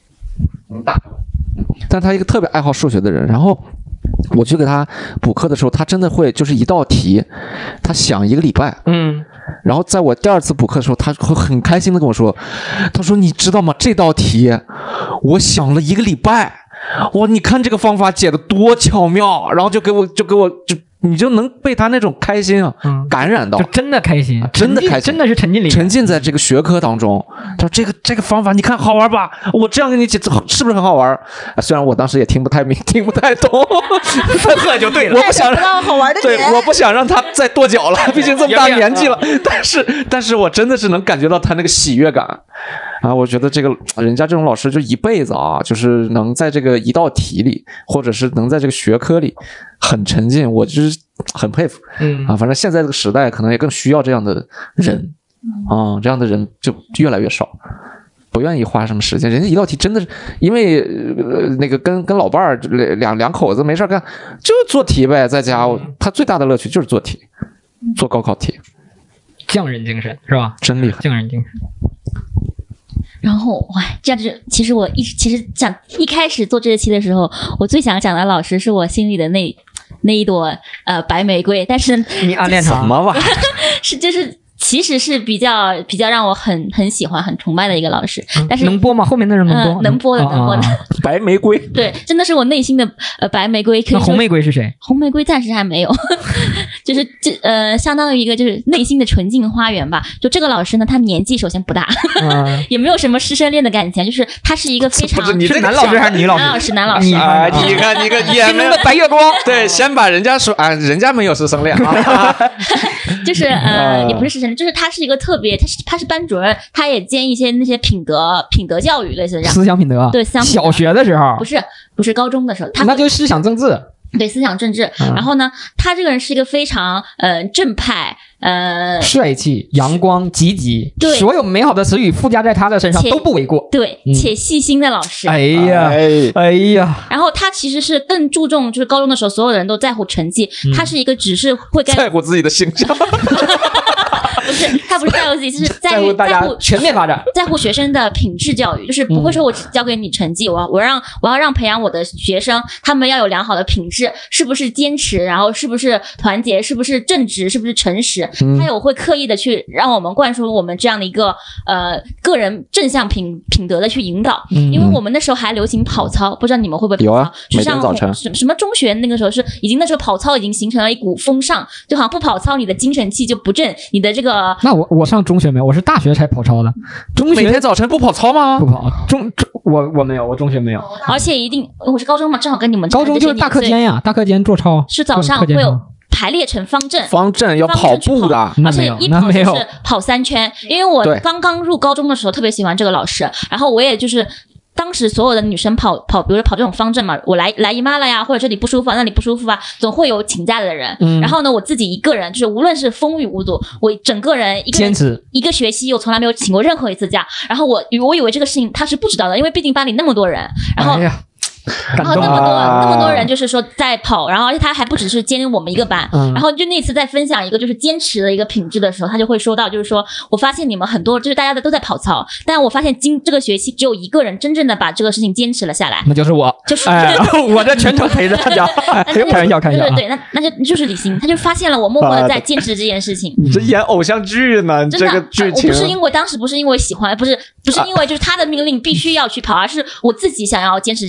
但他一个特别爱好数学的人，然后。”我去给他补课的时候，他真的会就是一道题，他想1个礼拜，然后在我第2次补课的时候，他会很开心的跟我说，他说你知道吗？这道题我想了1个礼拜，哇，你看这个方法解得多巧妙，然后就给我你就能被他那种开心感染到， 就真的开心， 真的开心， 真的是沉浸在这个学科当中。他说这个方法你看好玩吧？我这样给你解是不是很好玩？虽然我当时也听不太懂， 就对了。 我不想让好玩的对，我不想让他再跺脚了，毕竟这么大年纪了。但是我真的是能感觉到他那个喜悦感啊！我觉得人家这种老师就一辈子啊，就是能在这个一道题里，或者是能在这个学科里很沉浸，我就是很佩服。反正现在这个时代可能也更需要这样的人这样的人就越来越少，不愿意花什么时间。人家一道题真的是因为那个跟老伴儿两口子没事干，就做题呗，在家他最大的乐趣就是做题，做高考题， 匠人精神是吧？ 真厉害， 匠人精神。 然后哇，这样子，其实一开始做这一期的时候，我最想讲的老师是我心里的那一朵白玫瑰，但是你暗恋什么玩意儿？ 其实是比较让我很喜欢、很崇拜的一个老师，但是能播吗？后面的人能播？ 能播的。 白玫瑰， 对，真的是我内心的白玫瑰。 那红玫瑰是谁？ 红玫瑰暂时还没有，就是相当于一个就是内心的纯净花园吧。就这个老师呢，他年纪首先不大，也没有什么师生恋的感情，就是他是一个非常不是你这男老师还是女老师？ 男老师。 你看心中的白月光。 对，先把人家说人家没有师生恋啊， 就是也不是师生恋，就是他是一个特别，他是班主任，他也兼一些那些品德教育类似的这样。 思想品德。 对，思想品德。 小学的时候不是高中的时候， 那就是思想政治。 对，思想政治。然后呢，他这个人是一个非常正派， 帅气、阳光、积极， 对， 所有美好的词语附加在他的身上都不为过。 对，且细心的老师。 哎呀。 然后他其实是更注重，就是高中的时候，所有的人都在乎成绩，他是一个只是会在乎自己的形象。 不是，他不是在乎自己，就是在乎大家全面发展， 在乎学生的品质教育，就是不会说我只教给你成绩，我要让培养我的学生，他们要有良好的品质，是不是坚持，然后是不是团结，是不是正直，是不是诚实，他有会刻意的去让我们灌输我们这样的一个个人正向品德的去引导。因为我们那时候还流行跑操，不知道你们会不会跑操？ 有啊，每天早晨什么中学那个时候是已经那时候跑操已经形成了一股风尚，就好像不跑操你的精神气就不正，你的这个。 那我上中学没有，我是大学才跑操的。中学每天早晨不跑操吗？ 不跑。我没有，我中学没有。 而且我是高中嘛，正好跟你们高中就是大课间呀，大课间做操是早上会有排列成方阵要跑步的， 而且一跑就是跑3圈。因为我刚刚入高中的时候特别喜欢这个老师，然后我也就是。当时所有的女生跑，比如说跑这种方阵嘛，我来姨妈了呀，或者这里不舒服啊，那里不舒服啊，总会有请假的人。然后呢，我自己一个人，就是无论是风雨无阻，我整个人坚持一个学期，我从来没有请过任何一次假。然后我以为这个事情他是不知道的，因为毕竟班里那么多人，然后。然后那么多人就是说在跑，然后而且他还不只是兼我们一个班，然后就那次在分享一个就是坚持的一个品质的时候，他就会说到，就是说我发现你们很多就是大家都在跑操，但我发现这个学期只有一个人真正的把这个事情坚持了下来， 那就是我，我在全程陪着大家，开玩笑， 对，那就是李欣，他就发现了我默默的在坚持这件事情。 你这演偶像剧呢？这个剧情， 当时不是因为喜欢，不是因为就是他的命令必须要去跑，而是我自己想要坚持这件事情。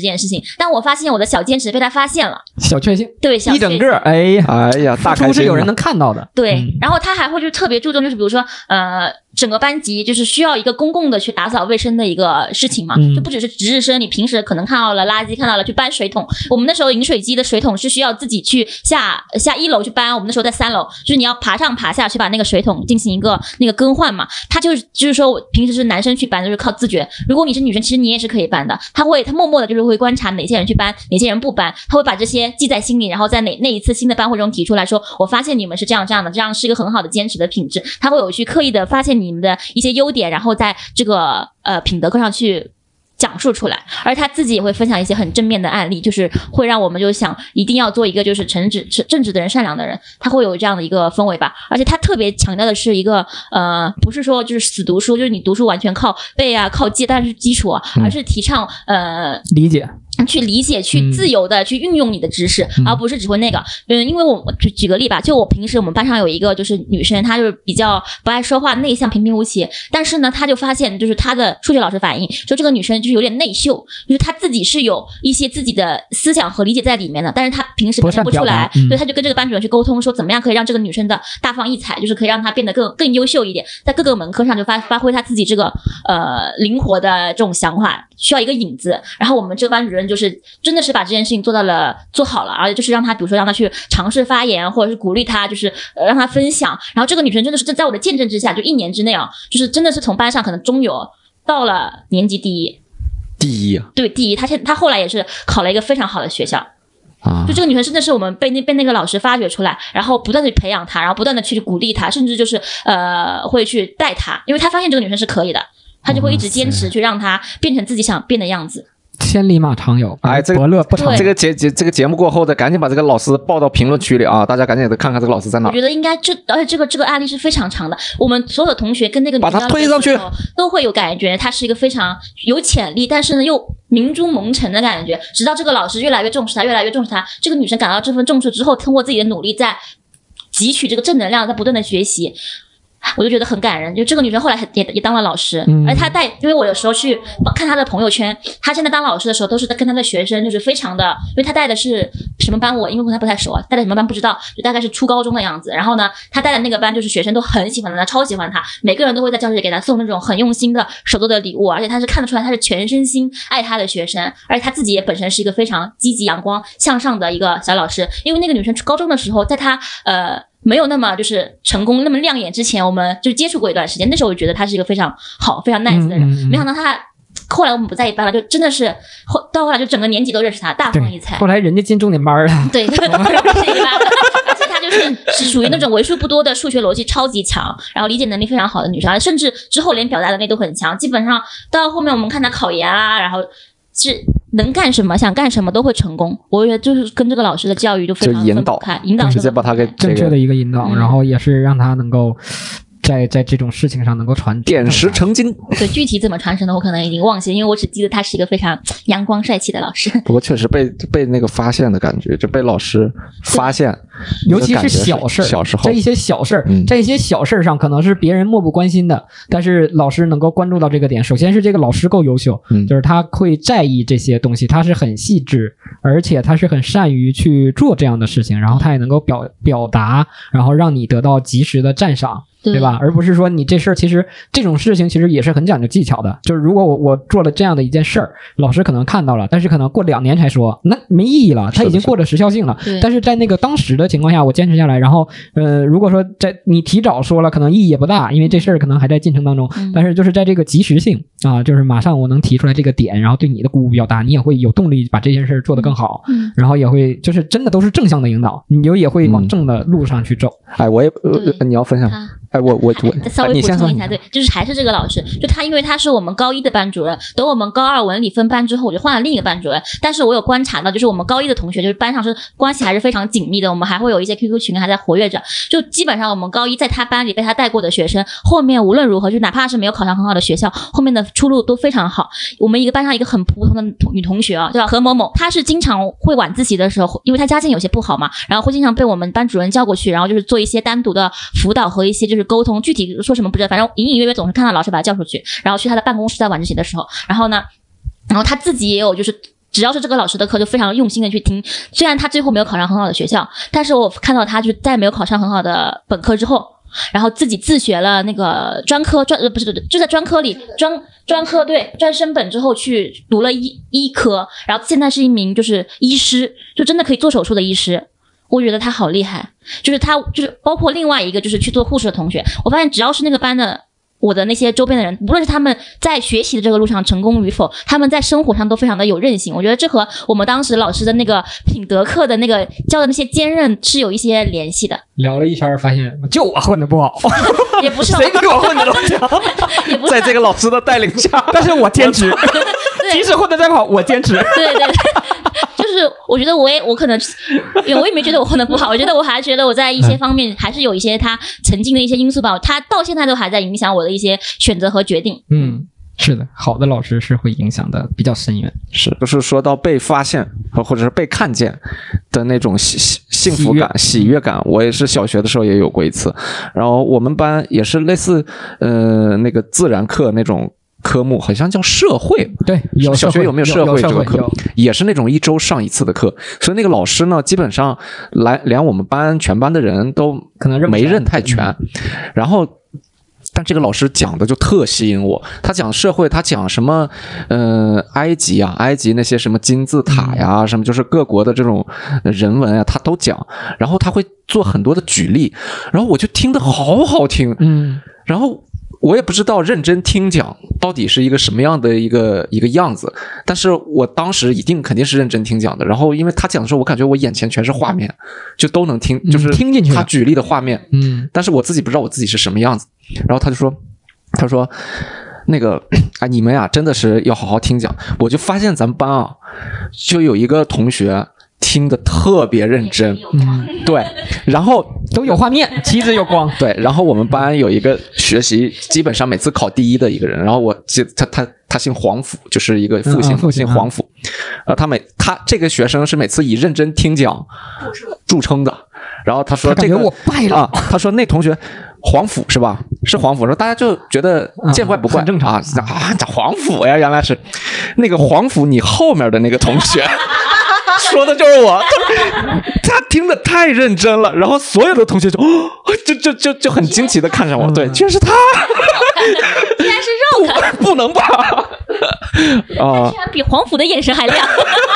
但我发现我的小坚持被他发现了， 小确幸， 对，小一整个，哎呀，大开心，是有人能看到的， 对。然后他还会就特别注重，就是比如说整个班级就是需要一个公共的去打扫卫生的一个事情嘛，就不只是值日生，你平时可能看到了垃圾，看到了去搬水桶。我们那时候饮水机的水桶是需要自己去下1楼去搬，我们那时候在3楼，就是你要爬上爬下去把那个水桶进行一个那个更换嘛。他就是说我平时是男生去搬，就是靠自觉。如果你是女生，其实你也是可以搬的。他默默的就是会观察哪些人去搬，哪些人不搬，他会把这些记在心里，然后在那一次新的班会中提出来说，我发现你们是这样的，这样是一个很好的坚持的品质。他会有去刻意的发现你们的一些优点，然后在这个品德课上去讲述出来，而他自己也会分享一些很正面的案例，就是会让我们就想一定要做一个就是正直的人、善良的人，他会有这样的一个氛围吧。而且他特别强调的是一个不是说就是死读书，就是你读书完全靠背啊、靠记，但是基础啊，而是提倡理解。 去理解，去自由的去运用你的知识，而不是只会那个。因为我举个例吧，就我平时我们班上有一个就是女生，她就是比较不爱说话、内向、平平无奇。但是呢，她就发现就是她的数学老师反映说，这个女生就是有点内秀，就是她自己是有一些自己的思想和理解在里面的，但是她平时表现不出来。对，她就跟这个班主任去沟通，说怎么样可以让这个女生的大放异彩，就是可以让她变得更优秀一点，在各个门科上就发挥她自己这个灵活的这种想法，需要一个引子。然后我们这个班主任就是真的是把这件事情做好了，而且就是让他比如说让他去尝试发言，或者是鼓励他，就是让他分享。然后这个女生真的是在我的见证之下，就1年之内啊，就是真的是从班上可能中游到了年级第一啊，对，第一。她后来也是考了一个非常好的学校啊。就这个女生真的是我们被那个老师发掘出来，然后不断的培养她，然后不断的去鼓励她，甚至就是会去带她，因为她发现这个女生是可以的，她就会一直坚持去让她变成自己想变的样子。 千里马常有，伯乐不常有。 这个节目过后的，赶紧把这个老师报到评论区里啊！大家赶紧看看这个老师在哪。 我觉得应该而且这个案例是非常长的。我们所有的同学跟那个女生把他推上去， 都会有感觉，她是一个非常有潜力，但是呢又明珠蒙尘的感觉。直到这个老师越来越重视她，这个女生感到这份重视之后，通过自己的努力，在汲取这个正能量，在不断的学习。我就觉得很感人，就这个女生后来也当了老师，而她因为我有时候去看她的朋友圈，她现在当老师的时候都是跟她的学生就是非常的，因为她带的是什么班，我因为跟她不太熟啊，带的什么班不知道，就大概是初高中的样子。然后呢，她带的那个班就是学生都很喜欢她，超喜欢她，每个人都会在教室里给她送那种很用心的手做的礼物，而且她是看得出来她是全身心爱她的学生，而且她自己也本身是一个非常积极阳光向上的一个小老师。因为那个女生高中的时候，在她没有那么就是成功那么亮眼之前，我们就接触过一段时间，那时候我就觉得他是一个非常好非常 nice 的人，没想到他后来我们不在一班了，就真的是到后来就整个年级都认识他，大放异彩。 后来人家进重点班了， 对，不是一班，而且他就是属于那种为数不多的数学逻辑超级强，然后理解能力非常好的女生，甚至之后连表达能力都很强，基本上到后面我们看他考研啊，然后是能干什么想干什么都会成功。我觉得就是跟这个老师的教育就非常分不开，引导直接把他给正确的一个引导，然后也是让他能够在这种事情上能够点石成金。 对，具体怎么传承的我可能已经忘记，因为我只记得他是一个非常阳光帅气的老师。 不过确实被那个发现的感觉，就被老师发现， 尤其是小事， 小时候这一些小事，这一些小事上可能是别人漠不关心的，但是老师能够关注到这个点。首先是这个老师够优秀，就是他会在意这些东西，他是很细致，而且他是很善于去做这样的事情，然后他也能够表达，然后让你得到及时的赞赏。对吧？而不是说你这事儿，其实这种事情其实也是很讲究技巧的。就是如果我做了这样的一件事儿，老师可能看到了，但是可能过2年才说，那没意义了，它已经过了时效性了。但是在那个当时的情况下，我坚持下来，然后如果说你提早说了，可能意义也不大，因为这事儿可能还在进程当中。但是就是在这个及时性啊，就是马上我能提出来这个点，然后对你的鼓舞比较大，你也会有动力把这件事做得更好。然后也会就是真的都是正向的引导，你也会往正的路上去走。 哎，我也你要分享。哎，我稍微补充一下，对，就是还是这个老师，就他，因为他是我们高1的班主任，等我们高2文理分班之后，我就换了另一个班主任。但是我有观察到，就是我们高1的同学，就是班上是关系还是非常紧密的，我们还会有一些 QQ 群还在活跃着。就基本上我们高1在他班里被他带过的学生，后面无论如何，就哪怕是没有考上很好的学校，后面的出路都非常好。我们一个班上一个很普通的女同学啊，叫何某某，她是经常会晚自习的时候，因为她家境有些不好嘛，然后会经常被我们班主任叫过去，然后就是做一些单独的辅导和一些就是沟通，具体说什么不知道，反正隐隐约约总是看到老师把他叫出去，然后去他的办公室在晚自习的时候，然后他自己也有就是只要是这个老师的课就非常用心的去听，虽然他最后没有考上很好的学校，但是我看到他就在没有考上很好的本科之后，然后自己自学了那个不是就在专科里专科对专升本之后去读了医科，然后现在是一名就是医师，就真的可以做手术的医师。我觉得他好厉害，就是他就是包括另外一个就是去做护士的同学，我发现只要是那个班的我的那些周边的人，无论是他们在学习的这个路上成功与否，他们在生活上都非常的有韧性。我觉得这和我们当时老师的那个品德课的那个教的那些坚韧是有一些联系的。 聊了一圈发现就我混的不好， 也不是谁比我混的都强， 也不是在这个老师的带领下， 但是我坚持，即使混的再不好，我坚持。 对对。就是我觉得我可能我也没觉得我混得不好，我觉得我还觉得我在一些方面还是有一些他曾经的一些因素吧，他到现在都还在影响我的一些选择和决定。 是的，好的老师是会影响的比较深远。 是，就是说到被发现或者是被看见的那种幸福感、喜悦感，我也是小学的时候也有过一次。然后我们班也是类似那个自然课那种科目，好像叫社会。 对，有小学有没有社会这个课？也是那种1周上1次的课。所以那个老师呢，基本上连我们班全班的人都可能没认太全。然后但这个老师讲的就特吸引我，他讲社会，他讲什么埃及那些什么金字塔呀，什么就是各国的这种人文啊，他都讲。然后他会做很多的举例，然后我就听得好好听。然后我也不知道认真听讲到底是一个什么样的一个样子，但是我当时肯定是认真听讲的。然后因为他讲的时候，我感觉我眼前全是画面，就都能听，就是听进去他举例的画面。但是我自己不知道我自己是什么样子。然后他说那个你们呀真的是要好好听讲。我就发现咱们班啊，就有一个同学听得特别认真。对，然后都有画面，旗帜有光。 对，然后我们班有一个学习基本上每次考第1的一个人，然后他姓黄甫，就是一个复姓黄甫。他这个学生是每次以认真听讲著称的。然后他说这个我败了他说那同学黄甫是吧？是黄甫，说大家就觉得见怪不怪， 正常这黄甫呀，原来是那个黄甫，你后面的那个同学。说的就是我，他听得太认真了，然后所有的同学就很惊奇的看着我，对，居然是他， 居然是肉看， 不能吧？ 他居然比黄甫的眼神还亮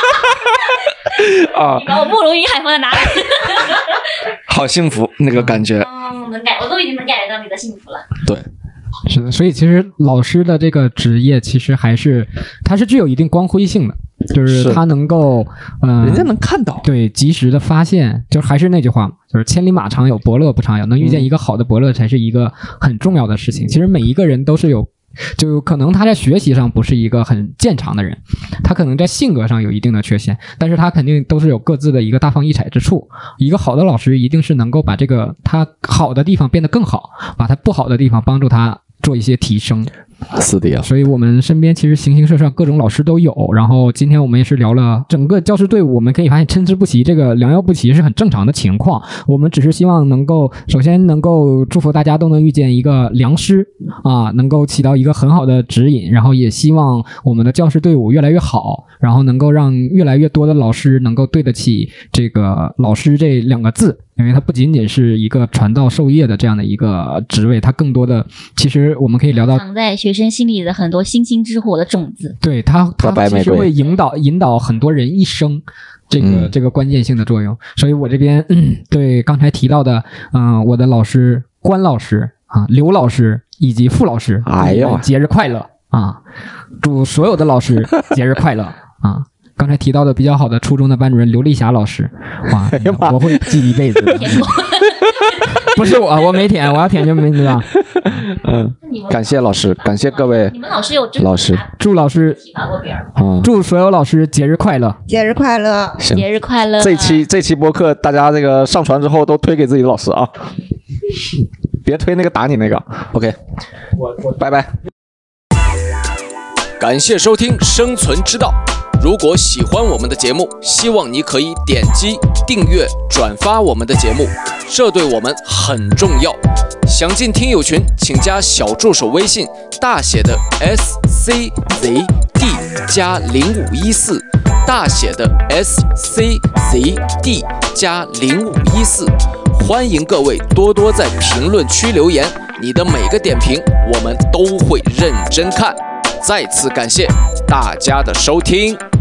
你把我慕容云海放在哪里？ 好幸福那个感觉。 我都已经能感觉到你的幸福了。 对。 是的，所以其实老师的这个职业其实它是具有一定光辉性的，就是他能够人家能看到， 对，及时的发现，就还是那句话嘛，就是千里马常有，伯乐不常有，能遇见一个好的伯乐才是一个很重要的事情。其实每一个人都是就可能他在学习上不是一个很见长的人，他可能在性格上有一定的缺陷，但是他肯定都是有各自的一个大放异彩之处。一个好的老师一定是能够把这个他好的地方变得更好，把他不好的地方帮助他做一些提升。 是的呀， 所以我们身边其实形形色色各种老师都有。然后今天我们也是聊了整个教师队伍，我们可以发现参差不齐，这个良莠不齐是很正常的情况。我们只是希望首先能够祝福大家都能遇见一个良师能够起到一个很好的指引，然后也希望我们的教师队伍越来越好，然后能够让越来越多的老师能够对得起这个老师这2个字。因为它不仅仅是一个传道授业的这样的一个职位，它更多的其实我们可以聊到藏在学生心里的很多星星之火的种子。 对，它其实会引导很多人一生这个关键性的作用。所以我这边对刚才提到的我的老师关老师刘老师以及傅老师，节日快乐祝所有的老师节日快乐刚才提到的比较好的初中的班主任刘丽霞老师，哇，我会记一辈子的。不是我没舔，我要舔就没对吧？ 感谢老师，感谢各位。 你们老师有老师， 祝老师祝所有老师节日快乐， 节日快乐， 节日快乐。 这期播客大家这个上传之后都推给自己的老师啊，别推那个打你那个。OK， 我拜拜。 感谢收听《生存之道》。如果喜欢我们的节目，希望你可以点击订阅、转发我们的节目，这对我们很重要。 想进听友群，请加小助手微信大写的 SCZD 加0514，大写的 SCZD 加0514。欢迎各位多多在评论区留言，你的每个点评我们都会认真看。再次感谢大家的收听。